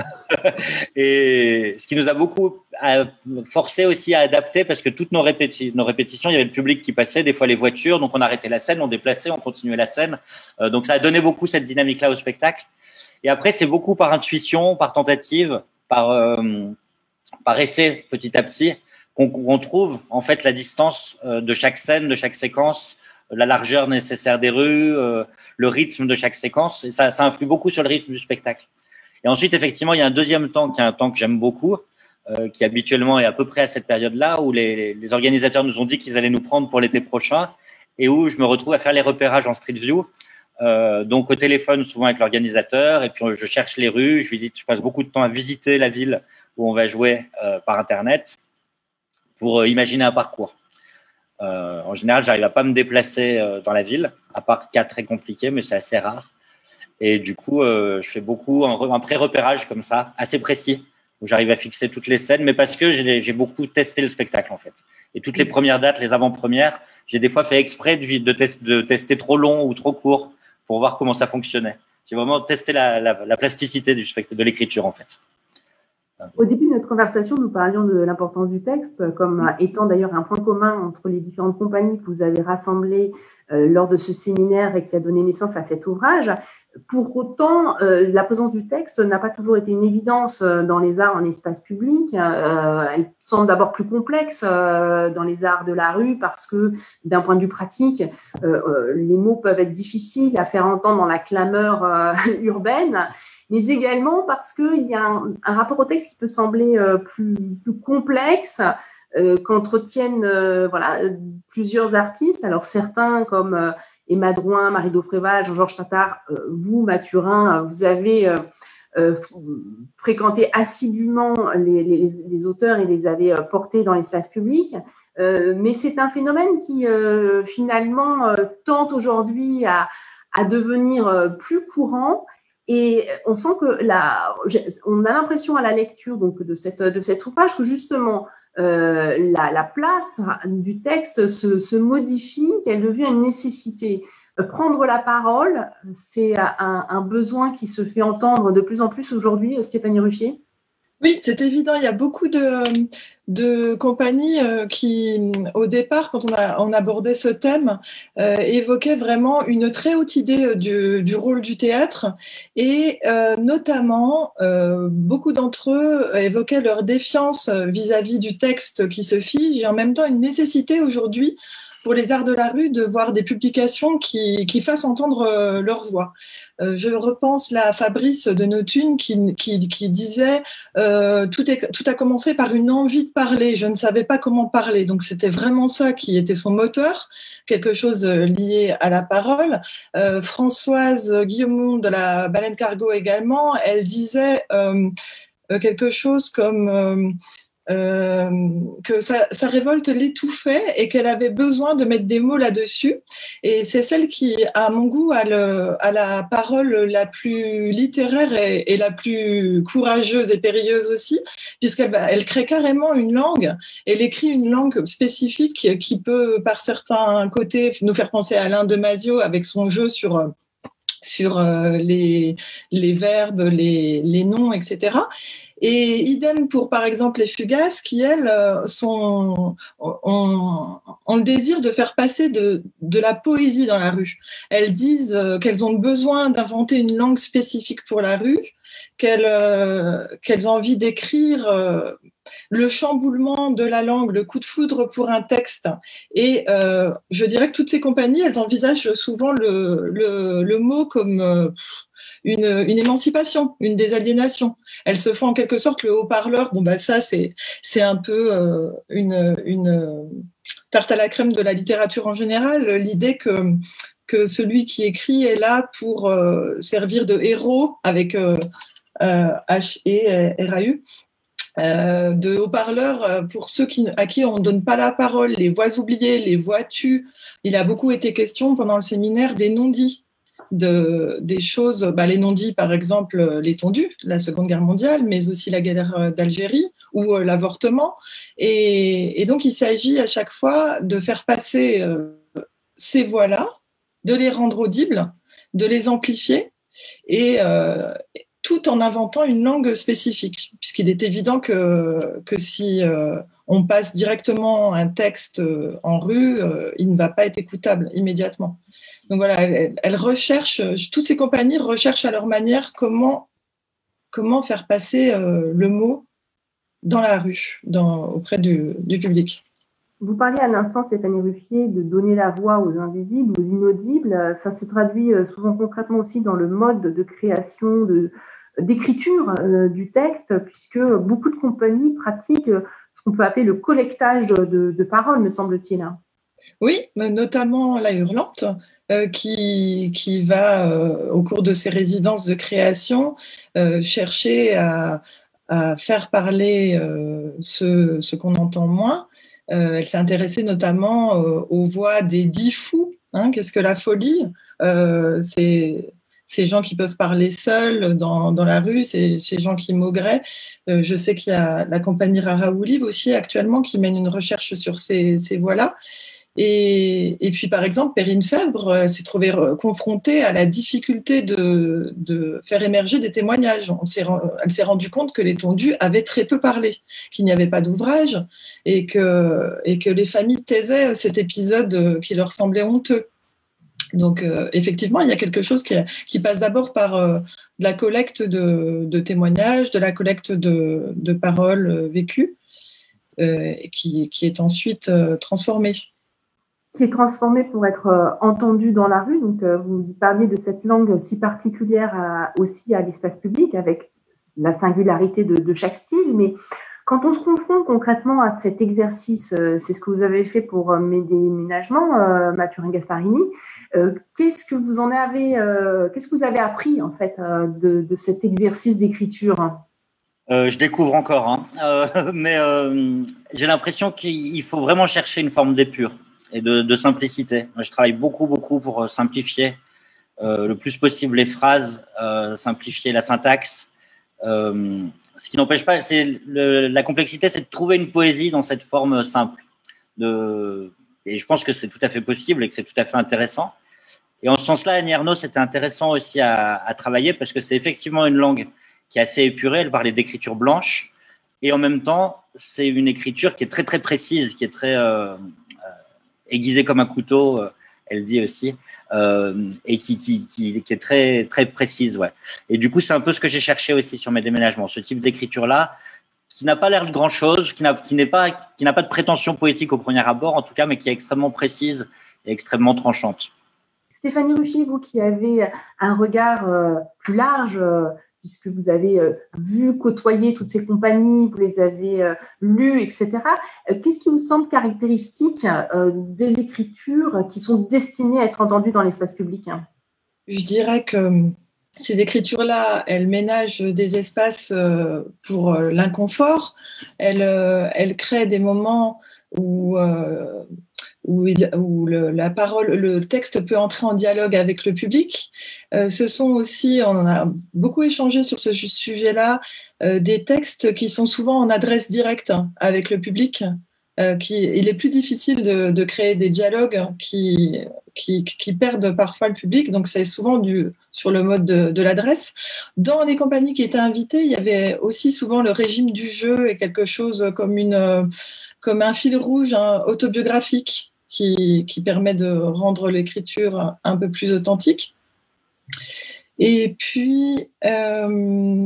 Et ce qui nous a beaucoup forcé aussi à adapter, parce que toutes nos, répéti- nos répétitions, il y avait le public qui passait, des fois les voitures, donc on arrêtait la scène, on déplaçait, on continuait la scène. Euh, donc ça a donné beaucoup cette dynamique-là au spectacle. Et après, c'est beaucoup par intuition, par tentative, par, euh, par essai, petit à petit, qu'on, qu'on trouve en fait la distance euh, de chaque scène, de chaque séquence, la largeur nécessaire des rues, euh, le rythme de chaque séquence. Et ça, ça influe beaucoup sur le rythme du spectacle. Et ensuite, effectivement, il y a un deuxième temps qui est un temps que j'aime beaucoup, euh, qui habituellement est à peu près à cette période-là, où les, les organisateurs nous ont dit qu'ils allaient nous prendre pour l'été prochain et où je me retrouve à faire les repérages en Street View. Euh, donc, au téléphone, souvent avec l'organisateur, et puis je cherche les rues, je visite, je passe beaucoup de temps à visiter la ville où on va jouer euh, par Internet pour euh, imaginer un parcours. Euh, en général, j'arrive à pas me déplacer euh, dans la ville, à part cas très compliqués, mais c'est assez rare. Et du coup, euh, je fais beaucoup un, un pré-repérage comme ça, assez précis, où j'arrive à fixer toutes les scènes, mais parce que j'ai, j'ai beaucoup testé le spectacle, en fait. Et toutes les premières dates, les avant-premières, j'ai des fois fait exprès de, de, test, de tester trop long ou trop court pour voir comment ça fonctionnait. J'ai vraiment testé la, la, la plasticité du, de l'écriture, en fait. Au début de notre conversation, nous parlions de l'importance du texte comme étant d'ailleurs un point commun entre les différentes compagnies que vous avez rassemblées euh, lors de ce séminaire et qui a donné naissance à cet ouvrage. Pour autant, euh, la présence du texte n'a pas toujours été une évidence dans les arts en espace public. Euh, elle semble d'abord plus complexe euh, dans les arts de la rue parce que, d'un point de vue pratique, euh, euh, les mots peuvent être difficiles à faire entendre dans la clameur euh, urbaine, mais également parce qu'il y a un, un rapport au texte qui peut sembler euh, plus, plus complexe, euh, qu'entretiennent euh, voilà, plusieurs artistes. Alors certains comme euh, Emma Drouin, Marie Daufréval, Jean-Georges Tatar, euh, vous, Mathurin, vous avez euh, euh, fréquenté assidûment les, les, les auteurs et les avez euh, portés dans l'espace public. Euh, mais c'est un phénomène qui euh, finalement euh, tente aujourd'hui à, à devenir euh, plus courant. Et on sent que la, on a l'impression à la lecture donc de cette de cet ouvrage que justement euh, la, la place du texte se, se modifie, qu'elle devient une nécessité. Prendre la parole, c'est un, un besoin qui se fait entendre de plus en plus aujourd'hui, Stéphanie Ruffier. Oui, c'est évident. Il y a beaucoup de, de compagnies euh, qui, au départ, quand on a on abordait ce thème, euh, évoquaient vraiment une très haute idée du, du rôle du théâtre et euh, notamment, euh, beaucoup d'entre eux évoquaient leur défiance vis-à-vis du texte qui se fige et en même temps une nécessité aujourd'hui pour les arts de la rue de voir des publications qui, qui fassent entendre euh, leur voix. Euh, je repense là à Fabrice de Notune qui, qui, qui disait euh, tout, est, tout a commencé par une envie de parler, je ne savais pas comment parler. Donc c'était vraiment ça qui était son moteur, quelque chose lié à la parole. Euh, Françoise Guillaumont de la Baleine Cargo également, elle disait euh, quelque chose comme... Euh, Euh, que sa, sa révolte l'étouffait et qu'elle avait besoin de mettre des mots là-dessus. Et c'est celle qui, à mon goût, a, le, a la parole la plus littéraire et, et la plus courageuse et périlleuse aussi, puisqu'elle elle crée carrément une langue. Elle écrit une langue spécifique qui peut, par certains côtés, nous faire penser à Alain Damasio avec son jeu sur... sur les, les verbes, les, les noms, et cetera. Et idem pour, par exemple, les Fugaces qui, elles, sont, ont, ont le désir de faire passer de, de la poésie dans la rue. Elles disent qu'elles ont besoin d'inventer une langue spécifique pour la rue, qu'elles, euh, qu'elles ont envie d'écrire euh, le chamboulement de la langue, le coup de foudre pour un texte. Et euh, je dirais que toutes ces compagnies, elles envisagent souvent le, le, le mot comme... Euh, Une, une émancipation, une désaliénation. Elles se font en quelque sorte le haut-parleur. Bon, bah ça, c'est, c'est un peu euh, une, une tarte à la crème de la littérature en général, l'idée que, que celui qui écrit est là pour euh, servir de héros avec euh, euh, H E R A U, euh, de haut-parleur pour ceux qui, à qui on ne donne pas la parole, les voix oubliées, les voix tues. Il a beaucoup été question pendant le séminaire des non-dits. De, des choses, bah, les non-dits, par exemple, les tondus, la Seconde Guerre mondiale, mais aussi la guerre d'Algérie ou euh, l'avortement. Et, et donc, il s'agit à chaque fois de faire passer euh, ces voix-là, de les rendre audibles, de les amplifier, et euh, tout en inventant une langue spécifique, puisqu'il est évident que, que si euh, on passe directement un texte en rue, euh, il ne va pas être écoutable immédiatement. Donc voilà, elles, elles recherchent, toutes ces compagnies recherchent à leur manière comment, comment faire passer euh, le mot dans la rue, dans, auprès du, du public. Vous parliez à l'instant, Stéphanie Ruffier, de donner la voix aux invisibles, aux inaudibles. Ça se traduit souvent concrètement aussi dans le mode de création, de, d'écriture euh, du texte, puisque beaucoup de compagnies pratiquent ce qu'on peut appeler le collectage de, de paroles, me semble-t-il. Oui, notamment La Hurlante, euh, qui, qui va, euh, au cours de ses résidences de création, euh, chercher à, à faire parler euh, ce, ce qu'on entend moins. Euh, elle s'est intéressée notamment euh, aux voix des dix fous. Hein, qu'est-ce que la folie ? euh, c'est ces gens qui peuvent parler seuls dans, dans la rue, ces, ces gens qui maugraient. Euh, je sais qu'il y a la compagnie Rara Oulib aussi actuellement qui mène une recherche sur ces, ces voix-là. Et, et puis, par exemple, Perrine Febvre euh, s'est trouvée re- confrontée à la difficulté de, de faire émerger des témoignages. On s'est, ren- elle s'est rendue compte que les tondus avaient très peu parlé, qu'il n'y avait pas d'ouvrage et que, et que les familles taisaient cet épisode euh, qui leur semblait honteux. Donc, euh, effectivement, il y a quelque chose qui, qui passe d'abord par euh, de la collecte de, de témoignages, de la collecte de, de paroles euh, vécues, euh, qui, qui est ensuite euh, transformée. Qui est transformée pour être euh, entendue dans la rue. Donc, euh, vous parliez de cette langue si particulière à, aussi à l'espace public, avec la singularité de, de chaque style. Mais quand on se confronte concrètement à cet exercice, euh, c'est ce que vous avez fait pour euh, mes déménagements, euh, Mathurin Gasparini, euh, qu'est-ce que vous en avez, euh, qu'est-ce que vous avez appris en fait euh, de, de cet exercice d'écriture? Euh, je découvre encore, hein. euh, mais euh, j'ai l'impression qu'il faut vraiment chercher une forme d'épure et de, de simplicité. Je travaille beaucoup, beaucoup pour simplifier euh, le plus possible les phrases, euh, simplifier la syntaxe. Euh, ce qui n'empêche pas, c'est le, la complexité, c'est de trouver une poésie dans cette forme simple. De, et je pense que c'est tout à fait possible et que c'est tout à fait intéressant. Et en ce sens-là, Annie Ernaux, c'était intéressant aussi à, à travailler parce que c'est effectivement une langue qui est assez épurée. Elle parlait d'écriture blanche et en même temps, c'est une écriture qui est très, très précise, qui est très euh, euh, aiguisée comme un couteau, euh, elle dit aussi, euh, et qui, qui, qui, qui est très, très précise. Ouais. Et du coup, c'est un peu ce que j'ai cherché aussi sur mes déménagements, ce type d'écriture-là, qui n'a pas l'air de grand-chose, qui n'a, qui n'est pas, qui n'a pas de prétention poétique au premier abord, en tout cas, mais qui est extrêmement précise et extrêmement tranchante. Stéphanie Ruffier, vous qui avez un regard euh, plus large, euh, puisque vous avez euh, vu, côtoyer toutes ces compagnies, vous les avez euh, lues, et cetera. Euh, qu'est-ce qui vous semble caractéristique euh, des écritures qui sont destinées à être entendues dans l'espace public? Je dirais que ces écritures-là, elles ménagent des espaces euh, pour euh, l'inconfort. Elles, euh, elles créent des moments où... Euh, où, il, où le, la parole, le texte peut entrer en dialogue avec le public. Euh, ce sont aussi, on en a beaucoup échangé sur ce sujet-là, euh, des textes qui sont souvent en adresse directe avec le public. Euh, qui, il est plus difficile de, de créer des dialogues qui, qui, qui perdent parfois le public, donc c'est souvent du, sur le mode de, de l'adresse. Dans les compagnies qui étaient invitées, il y avait aussi souvent le régime du jeu et quelque chose comme, une, comme un fil rouge hein, autobiographique qui, qui permet de rendre l'écriture un peu plus authentique. Et puis, euh,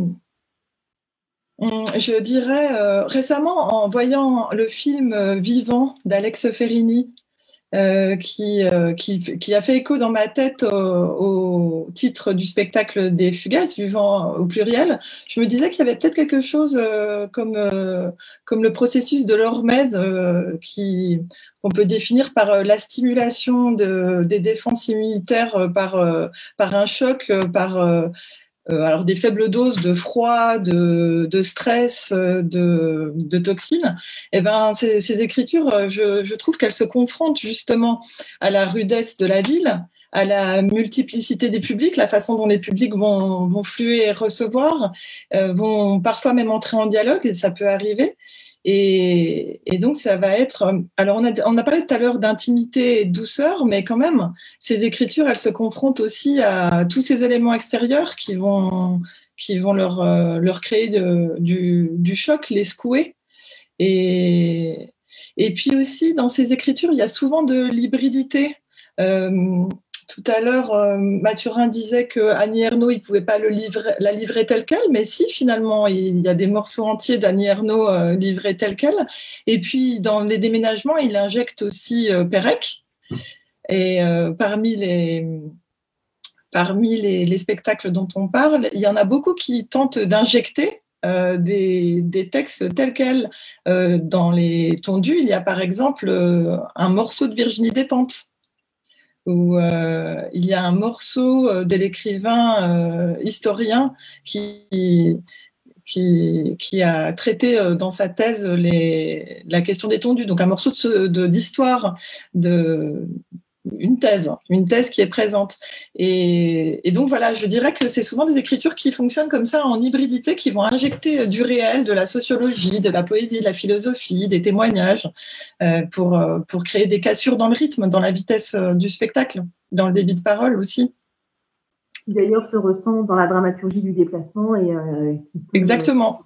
je dirais, euh, récemment, en voyant le film euh, Vivant d'Alex Ferrini, euh, qui, euh, qui, qui a fait écho dans ma tête au, au titre du spectacle des Fugaces, Vivant au pluriel, je me disais qu'il y avait peut-être quelque chose euh, comme, euh, comme le processus de l'hormèse euh, qui, qu'on peut définir par euh, la stimulation de, des défenses immunitaires euh, par, euh, par un choc, euh, par... Euh, Euh, alors des faibles doses de froid, de, de stress, de, de toxines, et ben ces, ces écritures, je, je trouve qu'elles se confrontent justement à la rudesse de la ville, à la multiplicité des publics, la façon dont les publics vont, vont fluer et recevoir, euh, vont parfois même entrer en dialogue, et ça peut arriver. Et, et donc, ça va être... Alors, on a, on a parlé tout à l'heure d'intimité et de douceur, mais quand même, ces écritures, elles se confrontent aussi à tous ces éléments extérieurs qui vont, qui vont leur, leur créer de, du, du choc, les secouer. Et, et puis aussi, dans ces écritures, il y a souvent de l'hybridité. Euh, Tout à l'heure, euh, Mathurin disait que Annie Ernaux, il ne pouvait pas le livrer, la livrer telle qu'elle, mais si, finalement, il y a des morceaux entiers d'Annie Ernaux euh, livrés telle qu'elle. Et puis, dans les déménagements, il injecte aussi euh, Pérec. Et euh, parmi, les, parmi les, les spectacles dont on parle, il y en a beaucoup qui tentent d'injecter euh, des, des textes tels quels euh, dans les tondus. Il y a par exemple euh, un morceau de Virginie Despentes, où euh, il y a un morceau de l'écrivain euh, historien qui, qui, qui a traité dans sa thèse les, la question des tondus. Donc un morceau de, de, d'histoire de, une thèse, une thèse qui est présente. Et, et donc voilà, je dirais que c'est souvent des écritures qui fonctionnent comme ça en hybridité, qui vont injecter du réel, de la sociologie, de la poésie, de la philosophie, des témoignages, euh, pour, pour créer des cassures dans le rythme, dans la vitesse du spectacle, dans le débit de parole aussi. Qui d'ailleurs se ressent dans la dramaturgie du déplacement et euh, qui peut, exactement.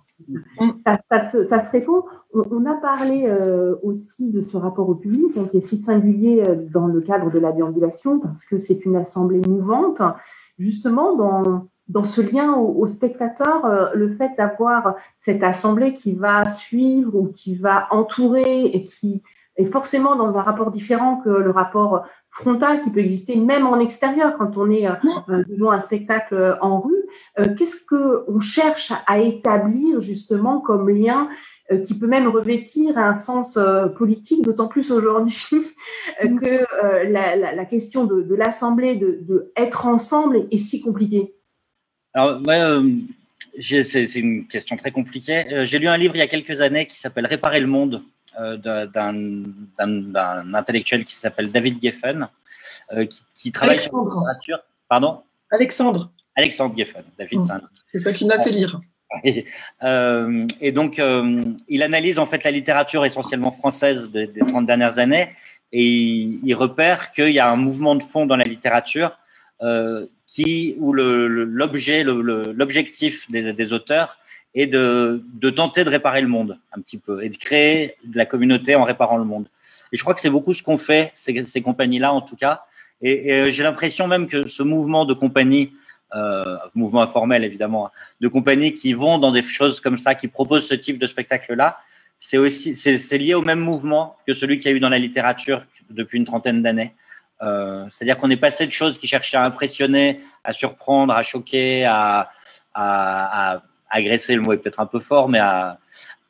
Ça, ça, se, ça se répond. On, on a parlé euh, aussi de ce rapport au public, hein, qui est si singulier euh, dans le cadre de la déambulation, parce que c'est une assemblée mouvante. Justement, dans, dans ce lien au, au spectateur, euh, le fait d'avoir cette assemblée qui va suivre ou qui va entourer et qui est forcément dans un rapport différent que le rapport frontal qui peut exister même en extérieur quand on est euh, devant un spectacle en rue. Euh, qu'est-ce qu'on cherche à établir justement comme lien euh, qui peut même revêtir un sens euh, politique, d'autant plus aujourd'hui euh, que euh, la, la, la question de, de l'assemblée, de, de être ensemble est, est si compliquée? Alors, ouais, euh, j'ai, c'est, c'est une question très compliquée. Euh, j'ai lu un livre il y a quelques années qui s'appelle « Réparer le monde ». D'un, d'un, d'un intellectuel qui s'appelle David Geffen, euh, qui, qui travaille Alexandre. sur la littérature. Pardon Alexandre. Alexandre Geffen. David, mmh. c'est un... C'est toi qui m'as fait lire. Et, euh, et donc, euh, il analyse en fait la littérature essentiellement française des, des trente dernières années, et il, il repère qu'il y a un mouvement de fond dans la littérature euh, qui, où le, le, l'objet, le, le, l'objectif des, des auteurs et de, de tenter de réparer le monde un petit peu et de créer de la communauté en réparant le monde. Et je crois que c'est beaucoup ce qu'ont fait ces, ces compagnies-là, en tout cas. Et, et j'ai l'impression même que ce mouvement de compagnies, euh, mouvement informel évidemment, de compagnies qui vont dans des choses comme ça, qui proposent ce type de spectacle-là, c'est aussi c'est, c'est lié au même mouvement que celui qu'il y a eu dans la littérature depuis une trentaine d'années. Euh, c'est-à-dire qu'on est passé de choses qui cherchaient à impressionner, à surprendre, à choquer, à, à, à agresser, le mot est peut-être un peu fort, mais à,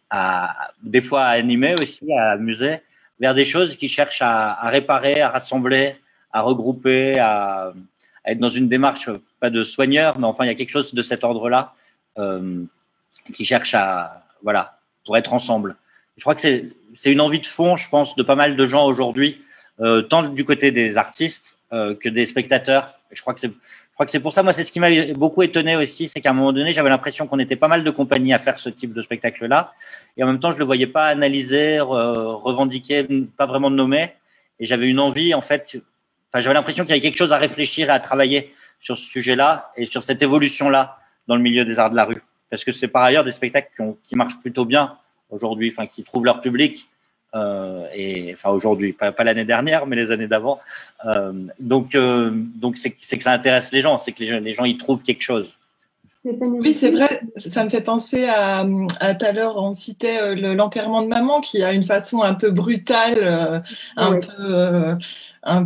à des fois à animer aussi, à amuser, vers des choses qui cherchent à, à réparer, à rassembler, à regrouper, à, à être dans une démarche, pas de soigneur, mais enfin, il y a quelque chose de cet ordre-là euh, qui cherche à, voilà, pour être ensemble. Je crois que c'est, c'est une envie de fond, je pense, de pas mal de gens aujourd'hui, euh, tant du côté des artistes euh, que des spectateurs. Je crois que c'est Je crois que c'est pour ça, moi, c'est ce qui m'a beaucoup étonné aussi, c'est qu'à un moment donné, j'avais l'impression qu'on était pas mal de compagnies à faire ce type de spectacle-là. Et en même temps, je le voyais pas analyser, euh, revendiquer, pas vraiment nommer. Et j'avais une envie, en fait, enfin, j'avais l'impression qu'il y avait quelque chose à réfléchir et à travailler sur ce sujet-là et sur cette évolution-là dans le milieu des arts de la rue. Parce que c'est par ailleurs des spectacles qui, ont, qui marchent plutôt bien aujourd'hui, enfin, qui trouvent leur public. Euh, et enfin aujourd'hui, pas, pas l'année dernière, mais les années d'avant. Euh, donc, euh, donc c'est, c'est que ça intéresse les gens, c'est que les gens, les gens y trouvent quelque chose. Oui, c'est vrai. Ça me fait penser à, à tout à l'heure, on citait le, l'enterrement de maman, qui a une façon un peu brutale, euh, un ouais. peu, euh, un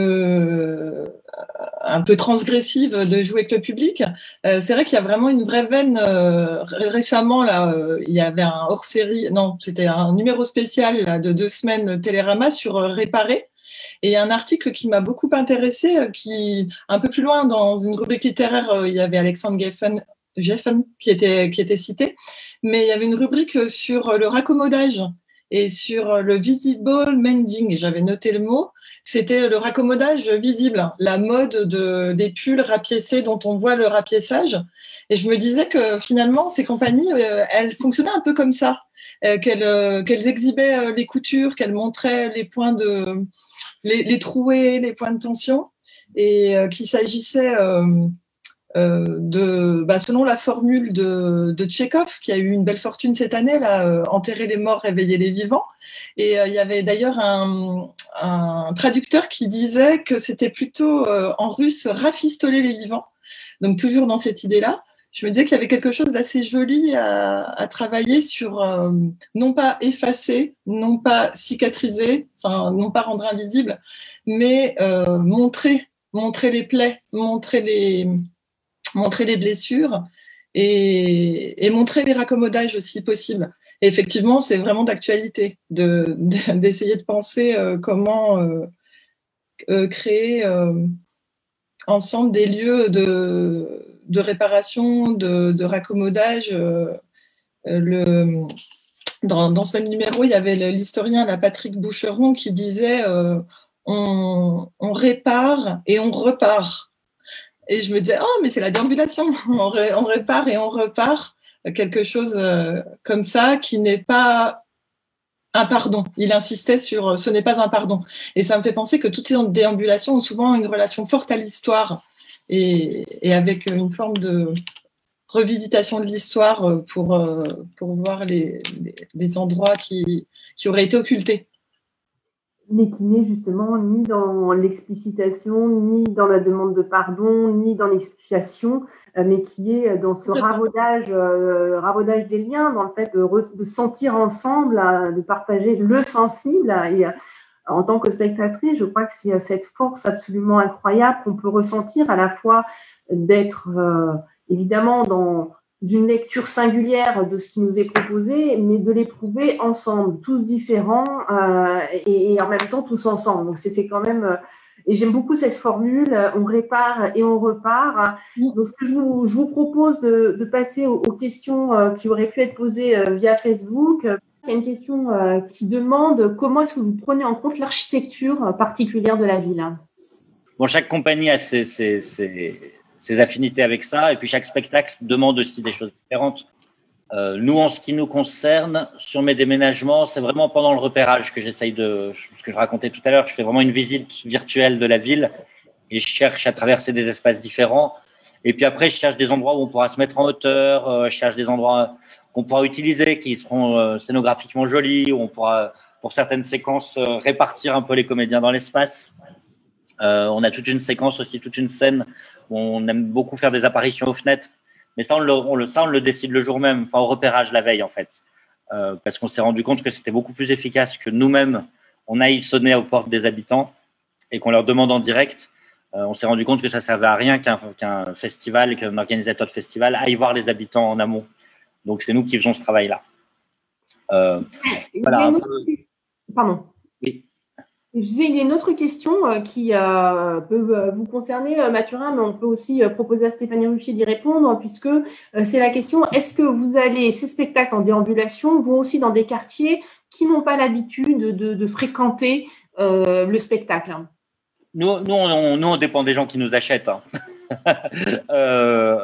peu, un peu transgressive de jouer avec le public. Euh, c'est vrai qu'il y a vraiment une vraie veine. Euh, récemment, là, euh, il y avait un hors-série, non, c'était un numéro spécial là, de deux semaines Télérama sur euh, Réparer. Et il y a un article qui m'a beaucoup intéressée, euh, qui, un peu plus loin, dans une rubrique littéraire, euh, il y avait Alexandre Geffen, Geffen qui était, qui était cité, mais il y avait une rubrique sur le raccommodage et sur le visible mending, et j'avais noté le mot. C'était le raccommodage visible, la mode de, des pulls rapiécés dont on voit le rapiéçage. Et je me disais que finalement, ces compagnies, euh, elles fonctionnaient un peu comme ça, euh, qu'elles, euh, qu'elles exhibaient euh, les coutures, qu'elles montraient les points de, les, les trouées, les points de tension, et euh, qu'il s'agissait euh, euh, de, bah, selon la formule de, de Tchekhov, qui a eu une belle fortune cette année, là, euh, enterrer les morts, réveiller les vivants. Et euh, il y avait d'ailleurs un, un traducteur qui disait que c'était plutôt euh, en russe rafistoler les vivants. Donc toujours dans cette idée-là, je me disais qu'il y avait quelque chose d'assez joli à, à travailler sur, euh, non pas effacer, non pas cicatriser, enfin non pas rendre invisible, mais euh, montrer, montrer les plaies, montrer les, montrer les blessures et, et montrer les raccommodages aussi possibles. Et effectivement, c'est vraiment d'actualité de, de, d'essayer de penser euh, comment euh, euh, créer euh, ensemble des lieux de, de réparation, de, de raccommodage. Euh, le, dans, dans ce même numéro, il y avait l'historien là, Patrick Boucheron qui disait euh, on, on répare et on repart. Et je me disais, oh, mais c'est la déambulation. On, ré, on répare et on repart. Quelque chose euh, comme ça qui n'est pas un pardon. Il insistait sur ce n'est pas un pardon. Et ça me fait penser que toutes ces déambulations ont souvent une relation forte à l'histoire et, et avec une forme de revisitation de l'histoire pour, pour voir les, les, les endroits qui, qui auraient été occultés. Mais qui n'est justement ni dans l'explicitation, ni dans la demande de pardon, ni dans l'expiation, mais qui est dans ce ravaudage, euh, ravaudage des liens, dans le fait de, de sentir ensemble, de partager le sensible. Et en tant que spectatrice, je crois que c'est cette force absolument incroyable qu'on peut ressentir à la fois d'être euh, évidemment dans d'une lecture singulière de ce qui nous est proposé, mais de l'éprouver ensemble, tous différents euh, et, et en même temps tous ensemble. Donc c'est, c'est quand même, euh, et j'aime beaucoup cette formule, on répare et on repart. Donc ce que je vous, je vous propose de, de passer aux, aux questions euh, qui auraient pu être posées euh, via Facebook. C'est une question euh, qui demande comment est-ce que vous prenez en compte l'architecture particulière de la ville. Bon, chaque compagnie a ses, ses, ses... ses affinités avec ça, et puis chaque spectacle demande aussi des choses différentes. Euh, nous, en ce qui nous concerne, sur mes déménagements, c'est vraiment pendant le repérage que j'essaye de, ce que je racontais tout à l'heure, je fais vraiment une visite virtuelle de la ville et je cherche à traverser des espaces différents. Et puis après, je cherche des endroits où on pourra se mettre en hauteur, euh, je cherche des endroits qu'on pourra utiliser, qui seront euh, scénographiquement jolis, où on pourra, pour certaines séquences, euh, répartir un peu les comédiens dans l'espace. Euh, on a toute une séquence aussi, toute une scène où on aime beaucoup faire des apparitions aux fenêtres. Mais ça, on le, on le, ça, on le décide le jour même, enfin au repérage la veille en fait. Euh, parce qu'on s'est rendu compte que c'était beaucoup plus efficace que nous-mêmes, on aille sonner aux portes des habitants et qu'on leur demande en direct. Euh, on s'est rendu compte que ça servait à rien qu'un, qu'un festival, qu'un organisateur de festival aille voir les habitants en amont. Donc c'est nous qui faisons ce travail-là. Euh, voilà. Autre... Pardon. Oui. Je disais, il y a une autre question euh, qui euh, peut euh, vous concerner, euh, Mathurin, mais on peut aussi euh, proposer à Stéphanie Ruffier d'y répondre, puisque euh, c'est la question, est-ce que vous allez, ces spectacles en déambulation vont aussi dans des quartiers qui n'ont pas l'habitude de, de, de fréquenter euh, le spectacle? Nous, nous, on, nous, on dépend des gens qui nous achètent. Hein. euh...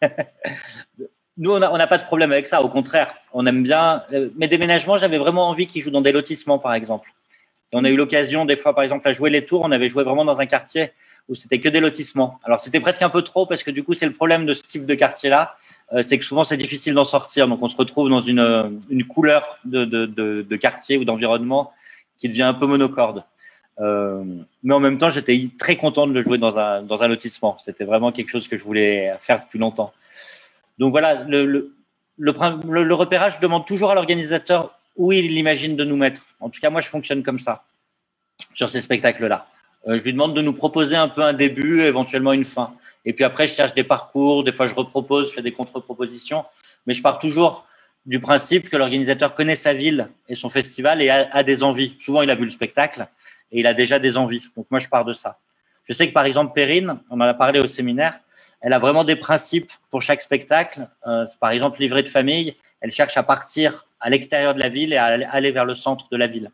Nous, on n'a pas de problème avec ça, au contraire, on aime bien. Mes déménagements, j'avais vraiment envie qu'ils jouent dans des lotissements, par exemple. Et on a eu l'occasion, des fois, par exemple, à jouer les tours. On avait joué vraiment dans un quartier où c'était que des lotissements. Alors, c'était presque un peu trop parce que du coup, c'est le problème de ce type de quartier-là. Euh, c'est que souvent, c'est difficile d'en sortir. Donc, on se retrouve dans une, une couleur de, de, de, de quartier ou d'environnement qui devient un peu monocorde. Euh, mais en même temps, j'étais très content de le jouer dans un, dans un lotissement. C'était vraiment quelque chose que je voulais faire depuis longtemps. Donc, voilà, le, le, le, le, le repérage demande toujours à l'organisateur où il imagine de nous mettre. En tout cas, moi, je fonctionne comme ça sur ces spectacles-là. Euh, je lui demande de nous proposer un peu un début, éventuellement une fin. Et puis après, je cherche des parcours. Des fois, je repropose, je fais des contre-propositions. Mais je pars toujours du principe que l'organisateur connaît sa ville et son festival et a, a des envies. Souvent, il a vu le spectacle et il a déjà des envies. Donc, moi, je pars de ça. Je sais que, par exemple, Perrine, on en a parlé au séminaire, elle a vraiment des principes pour chaque spectacle. Euh, par exemple, livret de famille, elle cherche à partir à l'extérieur de la ville et à aller vers le centre de la ville.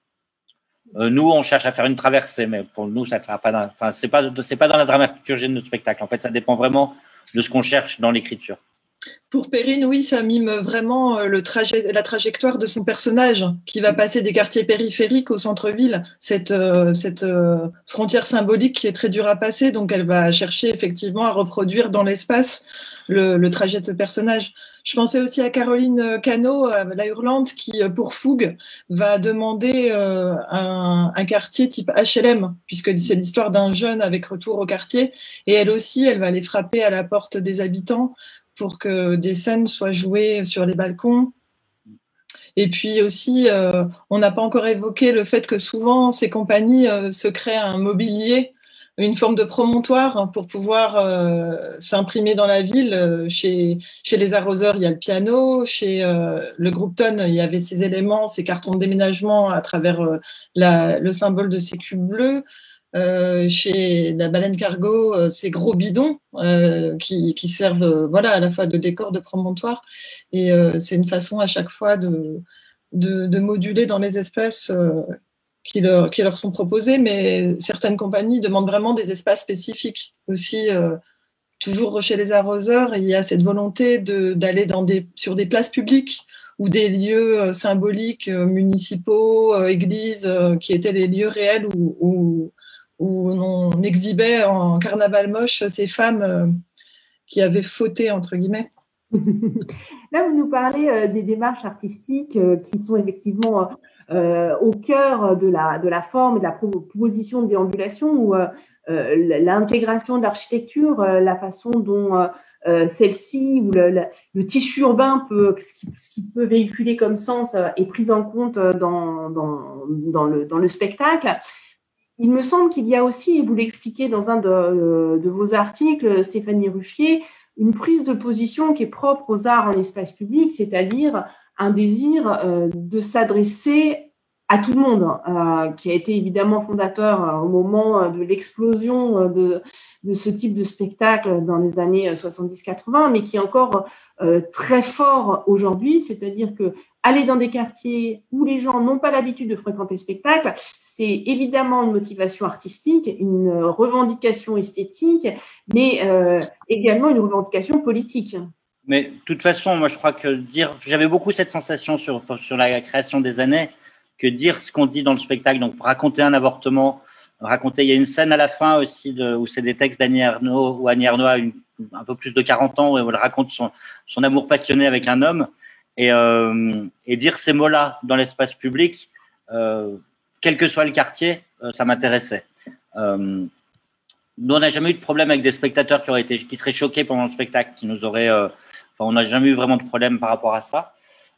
Euh, nous, on cherche à faire une traversée, mais pour nous, ça ne fera pas. Enfin, c'est pas, c'est pas dans la dramaturgie de notre spectacle. En fait, ça dépend vraiment de ce qu'on cherche dans l'écriture. Pour Perrine, oui, ça mime vraiment le trajet, la trajectoire de son personnage qui va passer des quartiers périphériques au centre-ville. Cette, euh, cette euh, frontière symbolique qui est très dure à passer, donc elle va chercher effectivement à reproduire dans l'espace le, le trajet de ce personnage. Je pensais aussi à Caroline Cano, la Hurlante, qui, pour Fougue, va demander euh, un, un quartier type H L M, puisque c'est l'histoire d'un jeune avec retour au quartier. Et elle aussi, elle va aller frapper à la porte des habitants pour que des scènes soient jouées sur les balcons. Et puis aussi, euh, on n'a pas encore évoqué le fait que souvent, ces compagnies euh, se créent un mobilier, une forme de promontoire pour pouvoir euh, s'imprimer dans la ville. Chez, chez les arroseurs, il y a le piano. Chez euh, le groupe Tonne, il y avait ces éléments, ces cartons de déménagement à travers euh, la, le symbole de ces cubes bleus. Euh, chez la baleine cargo, euh, ces gros bidons euh, qui, qui servent euh, voilà, à la fois de décor, de promontoire. Et euh, c'est une façon à chaque fois de, de, de moduler dans les espèces euh, qui leur, qui leur sont proposés, mais certaines compagnies demandent vraiment des espaces spécifiques. Aussi, euh, toujours chez les arroseurs, il y a cette volonté de, d'aller dans des, sur des places publiques ou des lieux euh, symboliques, euh, municipaux, euh, églises, euh, qui étaient les lieux réels où, où, où on exhibait en carnaval moche ces femmes euh, qui avaient fauté, entre guillemets. Là, vous nous parlez euh, des démarches artistiques euh, qui sont effectivement euh, au cœur de la, de la forme et de la proposition de déambulation, où euh, euh, l'intégration de l'architecture, euh, la façon dont euh, euh, celle-ci ou le, le, le tissu urbain peut, ce qui, ce qui peut véhiculer comme sens euh, est prise en compte dans, dans, dans, le, dans le spectacle. Il me semble qu'il y a aussi, et vous l'expliquez dans un de, de vos articles, Stéphanie Ruffier, une prise de position qui est propre aux arts en espace public, c'est-à-dire un désir euh, de s'adresser à tout le monde, euh, qui a été évidemment fondateur euh, au moment de l'explosion euh, de, de ce type de spectacle dans les années soixante-dix quatre-vingts, mais qui est encore euh, très fort aujourd'hui, c'est-à-dire que aller dans des quartiers où les gens n'ont pas l'habitude de fréquenter le spectacle, c'est évidemment une motivation artistique, une revendication esthétique, mais euh, également une revendication politique. Mais de toute façon, moi je crois que dire, j'avais beaucoup cette sensation sur, sur la création des années, que dire ce qu'on dit dans le spectacle, donc raconter un avortement, raconter, il y a une scène à la fin aussi de, où c'est des textes d'Annie Ernaux, où Annie Ernaux a une, un peu plus de quarante ans, où elle raconte son, son amour passionné avec un homme, et, euh, et dire ces mots-là dans l'espace public, euh, quel que soit le quartier, euh, ça m'intéressait. Euh, nous, on n'a jamais eu de problème avec des spectateurs qui auraient été, qui seraient choqués pendant le spectacle, qui nous auraient, euh, enfin, on n'a jamais eu vraiment de problème par rapport à ça.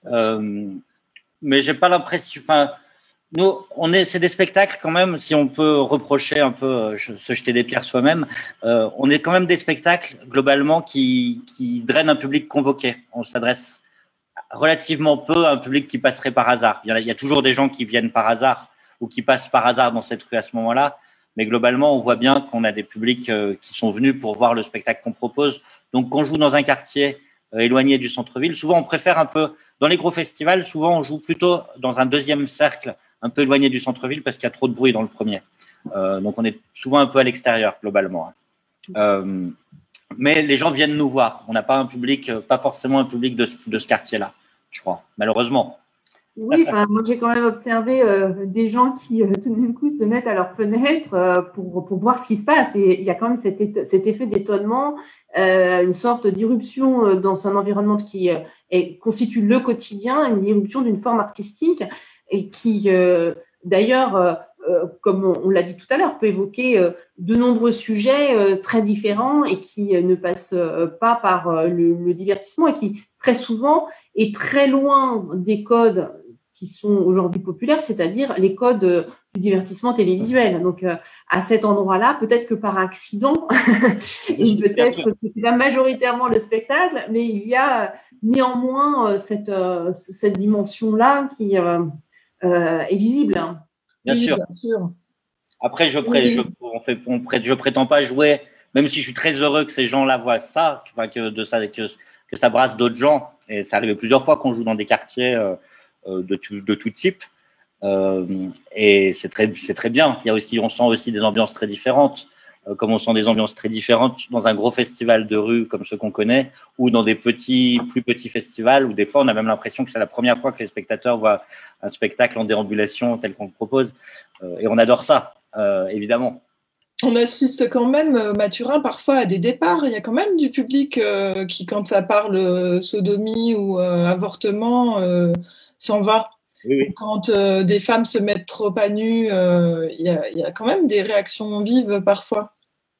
Euh, mais j'ai pas l'impression, enfin, nous, on est, c'est des spectacles quand même, si on peut reprocher un peu euh, se jeter des pierres soi-même, euh, on est quand même des spectacles globalement qui, qui drainent un public convoqué. On s'adresse relativement peu à un public qui passerait par hasard. Il y a, il y a toujours des gens qui viennent par hasard ou qui passent par hasard dans cette rue à ce moment-là, mais globalement, on voit bien qu'on a des publics euh, qui sont venus pour voir le spectacle qu'on propose. Donc, quand on joue dans un quartier euh, éloigné du centre-ville, souvent on préfère un peu, dans les gros festivals, souvent on joue plutôt dans un deuxième cercle un peu éloigné du centre-ville parce qu'il y a trop de bruit dans le premier. Euh, donc, on est souvent un peu à l'extérieur, globalement. Euh, mais les gens viennent nous voir. On n'a pas un public, pas forcément un public de, de ce quartier-là, je crois, malheureusement. Oui, enfin, moi j'ai quand même observé euh, des gens qui euh, tout d'un coup se mettent à leur fenêtre euh, pour, pour voir ce qui se passe. Et il y a quand même cet, é- cet effet d'étonnement, euh, une sorte d'irruption euh, dans un environnement qui euh, est, constitue le quotidien, une irruption d'une forme artistique et qui, euh, d'ailleurs, euh, euh, comme on, on l'a dit tout à l'heure, peut évoquer euh, de nombreux sujets euh, très différents et qui euh, ne passent euh, pas par euh, le, le divertissement et qui, très souvent, est très loin des codes qui sont aujourd'hui populaires, c'est-à-dire les codes euh, du divertissement télévisuel. Donc, euh, à cet endroit-là, peut-être que par accident, et peut-être que c'est pas majoritairement le spectacle, mais il y a euh, néanmoins euh, cette, euh, cette dimension-là qui euh, euh, est visible. Bien, oui, sûr. bien sûr. Après, je, pré- oui. je, on fait, on pré- je prétends pas jouer, même si je suis très heureux que ces gens-là voient ça, que, de ça que, que ça brasse d'autres gens. Et ça arrive plusieurs fois qu'on joue dans des quartiers euh, de tout, de tout type. Euh, et c'est très, c'est très bien. Il y a aussi, on sent aussi des ambiances très différentes, euh, comme on sent des ambiances très différentes dans un gros festival de rue comme ceux qu'on connaît, ou dans des petits, plus petits festivals, où des fois on a même l'impression que c'est la première fois que les spectateurs voient un spectacle en déambulation tel qu'on le propose. Euh, et on adore ça, euh, évidemment. On assiste quand même, Mathurin, parfois à des départs. Il y a quand même du public euh, qui, quand ça parle sodomie ou euh, avortement, euh, s'en va. Oui, oui. Quand euh, des femmes se mettent trop à nu, euh, il y a, il y a quand même des réactions vives parfois.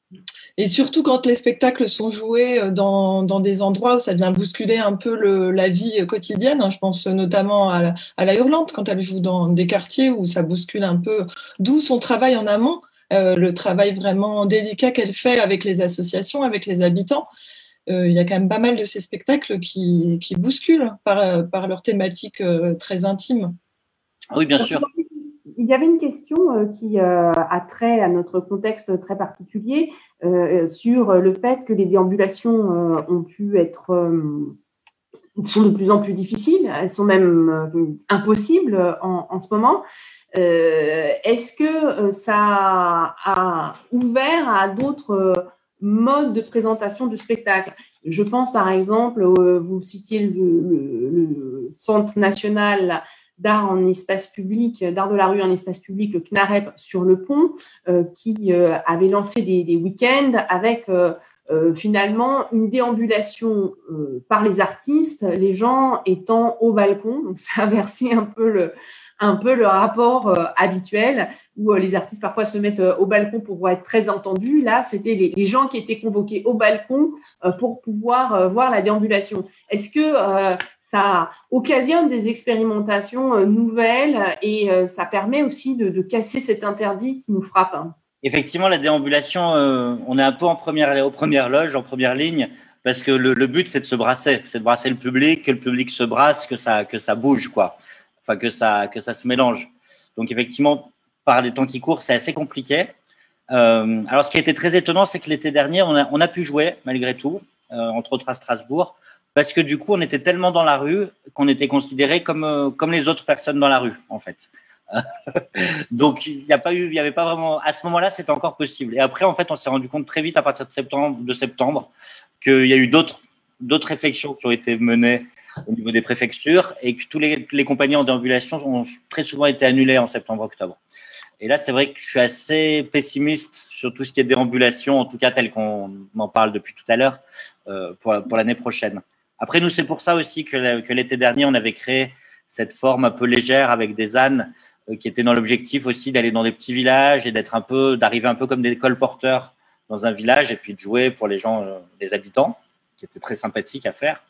Et surtout quand les spectacles sont joués dans, dans des endroits où ça vient bousculer un peu le, la vie quotidienne. Je pense notamment à la, à la Hurlante, quand elle joue dans des quartiers où ça bouscule un peu, d'où son travail en amont, euh, le travail vraiment délicat qu'elle fait avec les associations, avec les habitants. Euh, il y a quand même pas mal de ces spectacles qui, qui bousculent par, par leur thématique euh, très intime. Oui, bien sûr. Il y avait une question euh, qui euh, a trait à notre contexte très particulier euh, sur le fait que les déambulations euh, ont pu être euh, sont de plus en plus difficiles, elles sont même euh, impossibles en, en ce moment. Euh, est-ce que euh, ça a, a ouvert à d'autres euh, modes de présentation du spectacle? Je pense par exemple, euh, vous citiez le, le, le Centre national d'art en espace public, d'art de la rue en espace public, le C N A R E P sur le pont, euh, qui euh, avait lancé des, des week-ends avec euh, euh, finalement une déambulation euh, par les artistes, les gens étant au balcon. Donc ça a inversé un peu le un peu le rapport euh, habituel où euh, les artistes parfois se mettent euh, au balcon pour être très entendus. Là, c'était les, les gens qui étaient convoqués au balcon euh, pour pouvoir euh, voir la déambulation. Est-ce que euh, ça occasionne des expérimentations euh, nouvelles et euh, ça permet aussi de, de casser cet interdit qui nous frappe? Effectivement, la déambulation, euh, on est un peu en première, aux premières loges, en première ligne, parce que le, le but, c'est de se brasser, c'est de brasser le public, que le public se brasse, que ça, que ça bouge, quoi. Enfin, que ça, que ça se mélange. Donc, effectivement, par les temps qui courent, c'est assez compliqué. Euh, alors, ce qui a été très étonnant, c'est que l'été dernier, on a, on a pu jouer, malgré tout, euh, entre autres à Strasbourg, parce que du coup, on était tellement dans la rue qu'on était considérés comme, euh, comme les autres personnes dans la rue, en fait. Donc, il n'y a pas eu, il y avait pas vraiment, à ce moment-là, c'était encore possible. Et après, en fait, on s'est rendu compte très vite, à partir de septembre, de septembre, qu'il y a eu d'autres, d'autres réflexions qui ont été menées au niveau des préfectures et que tous les, les compagnies en déambulation ont très souvent été annulées en septembre-octobre. Et là, c'est vrai que je suis assez pessimiste sur tout ce qui est déambulation, en tout cas tel qu'on en parle depuis tout à l'heure, euh, pour, pour l'année prochaine. Après, nous, c'est pour ça aussi que, que l'été dernier, on avait créé cette forme un peu légère avec des ânes euh, qui était dans l'objectif aussi d'aller dans des petits villages et d'être un peu, d'arriver un peu comme des colporteurs dans un village et puis de jouer pour les gens, euh, les habitants, qui était très sympathique à faire.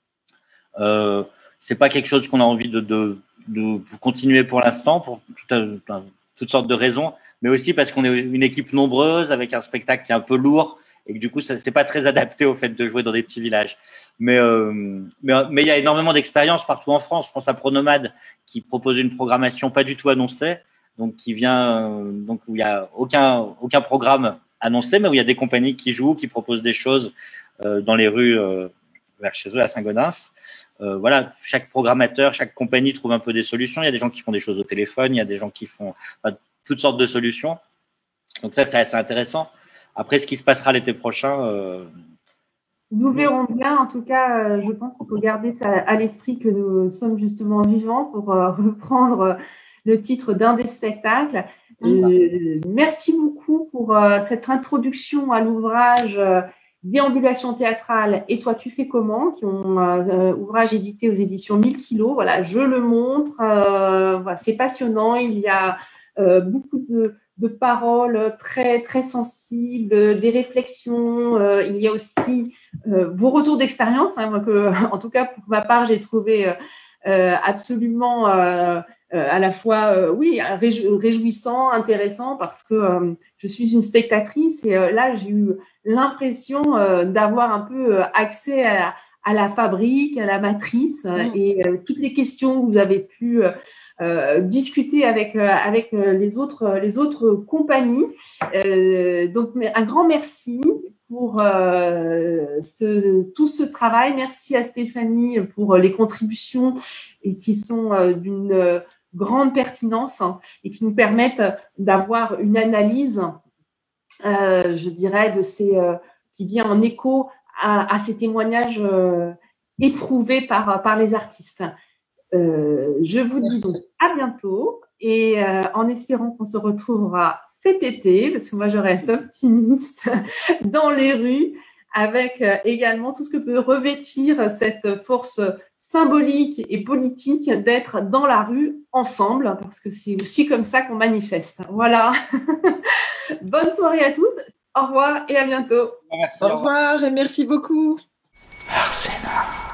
Euh, c'est pas quelque chose qu'on a envie de, de, de continuer pour l'instant pour tout à, toutes sortes de raisons, mais aussi parce qu'on est une équipe nombreuse avec un spectacle qui est un peu lourd et que du coup, ça c'est pas très adapté au fait de jouer dans des petits villages. Mais euh, mais mais il y a énormément d'expériences partout en France. Je pense à Pronomade qui propose une programmation pas du tout annoncée, donc qui vient donc où il y a aucun aucun programme annoncé, mais où il y a des compagnies qui jouent, qui proposent des choses euh, dans les rues euh, vers chez eux à Saint-Gaudens. Euh, voilà, chaque programmateur, chaque compagnie trouve un peu des solutions. Il y a des gens qui font des choses au téléphone, il y a des gens qui font enfin, toutes sortes de solutions. Donc ça, c'est assez intéressant. Après, ce qui se passera l'été prochain, euh... nous verrons bien. En tout cas, je pense qu'il faut garder ça à l'esprit que nous sommes justement vivants pour euh, reprendre le titre d'un des spectacles. Euh, merci beaucoup pour euh, cette introduction à l'ouvrage euh, Déambulation théâtrale et toi tu fais comment, qui ont euh, ouvrage édité aux éditions mille kilos. Voilà, je le montre, euh, voilà, c'est passionnant, il y a euh, beaucoup de, de paroles très très sensibles, des réflexions, euh, il y a aussi euh, vos retours d'expérience, hein, que en tout cas pour ma part j'ai trouvé euh, absolument euh, Euh, à la fois, euh, oui, réjou- réjouissant, intéressant, parce que euh, je suis une spectatrice et euh, là, j'ai eu l'impression euh, d'avoir un peu euh, accès à la, à la fabrique, à la matrice mmh. et euh, toutes les questions que vous avez pu euh, discuter avec, euh, avec les, autres, les autres compagnies. Euh, donc, un grand merci pour euh, ce, tout ce travail. Merci à Stéphanie pour les contributions et qui sont euh, d'une euh, grande pertinence hein, et qui nous permettent d'avoir une analyse, euh, je dirais, de ces, euh, qui vient en écho à, à ces témoignages euh, éprouvés par, par les artistes. Euh, je vous Merci. dis donc à bientôt et euh, en espérant qu'on se retrouvera cet été, parce que moi je reste optimiste, dans les rues, avec également tout ce que peut revêtir cette force symbolique et politique d'être dans la rue ensemble, parce que c'est aussi comme ça qu'on manifeste. Voilà. Bonne soirée à tous. Au revoir et à bientôt. Merci, au revoir et merci beaucoup. Arsena.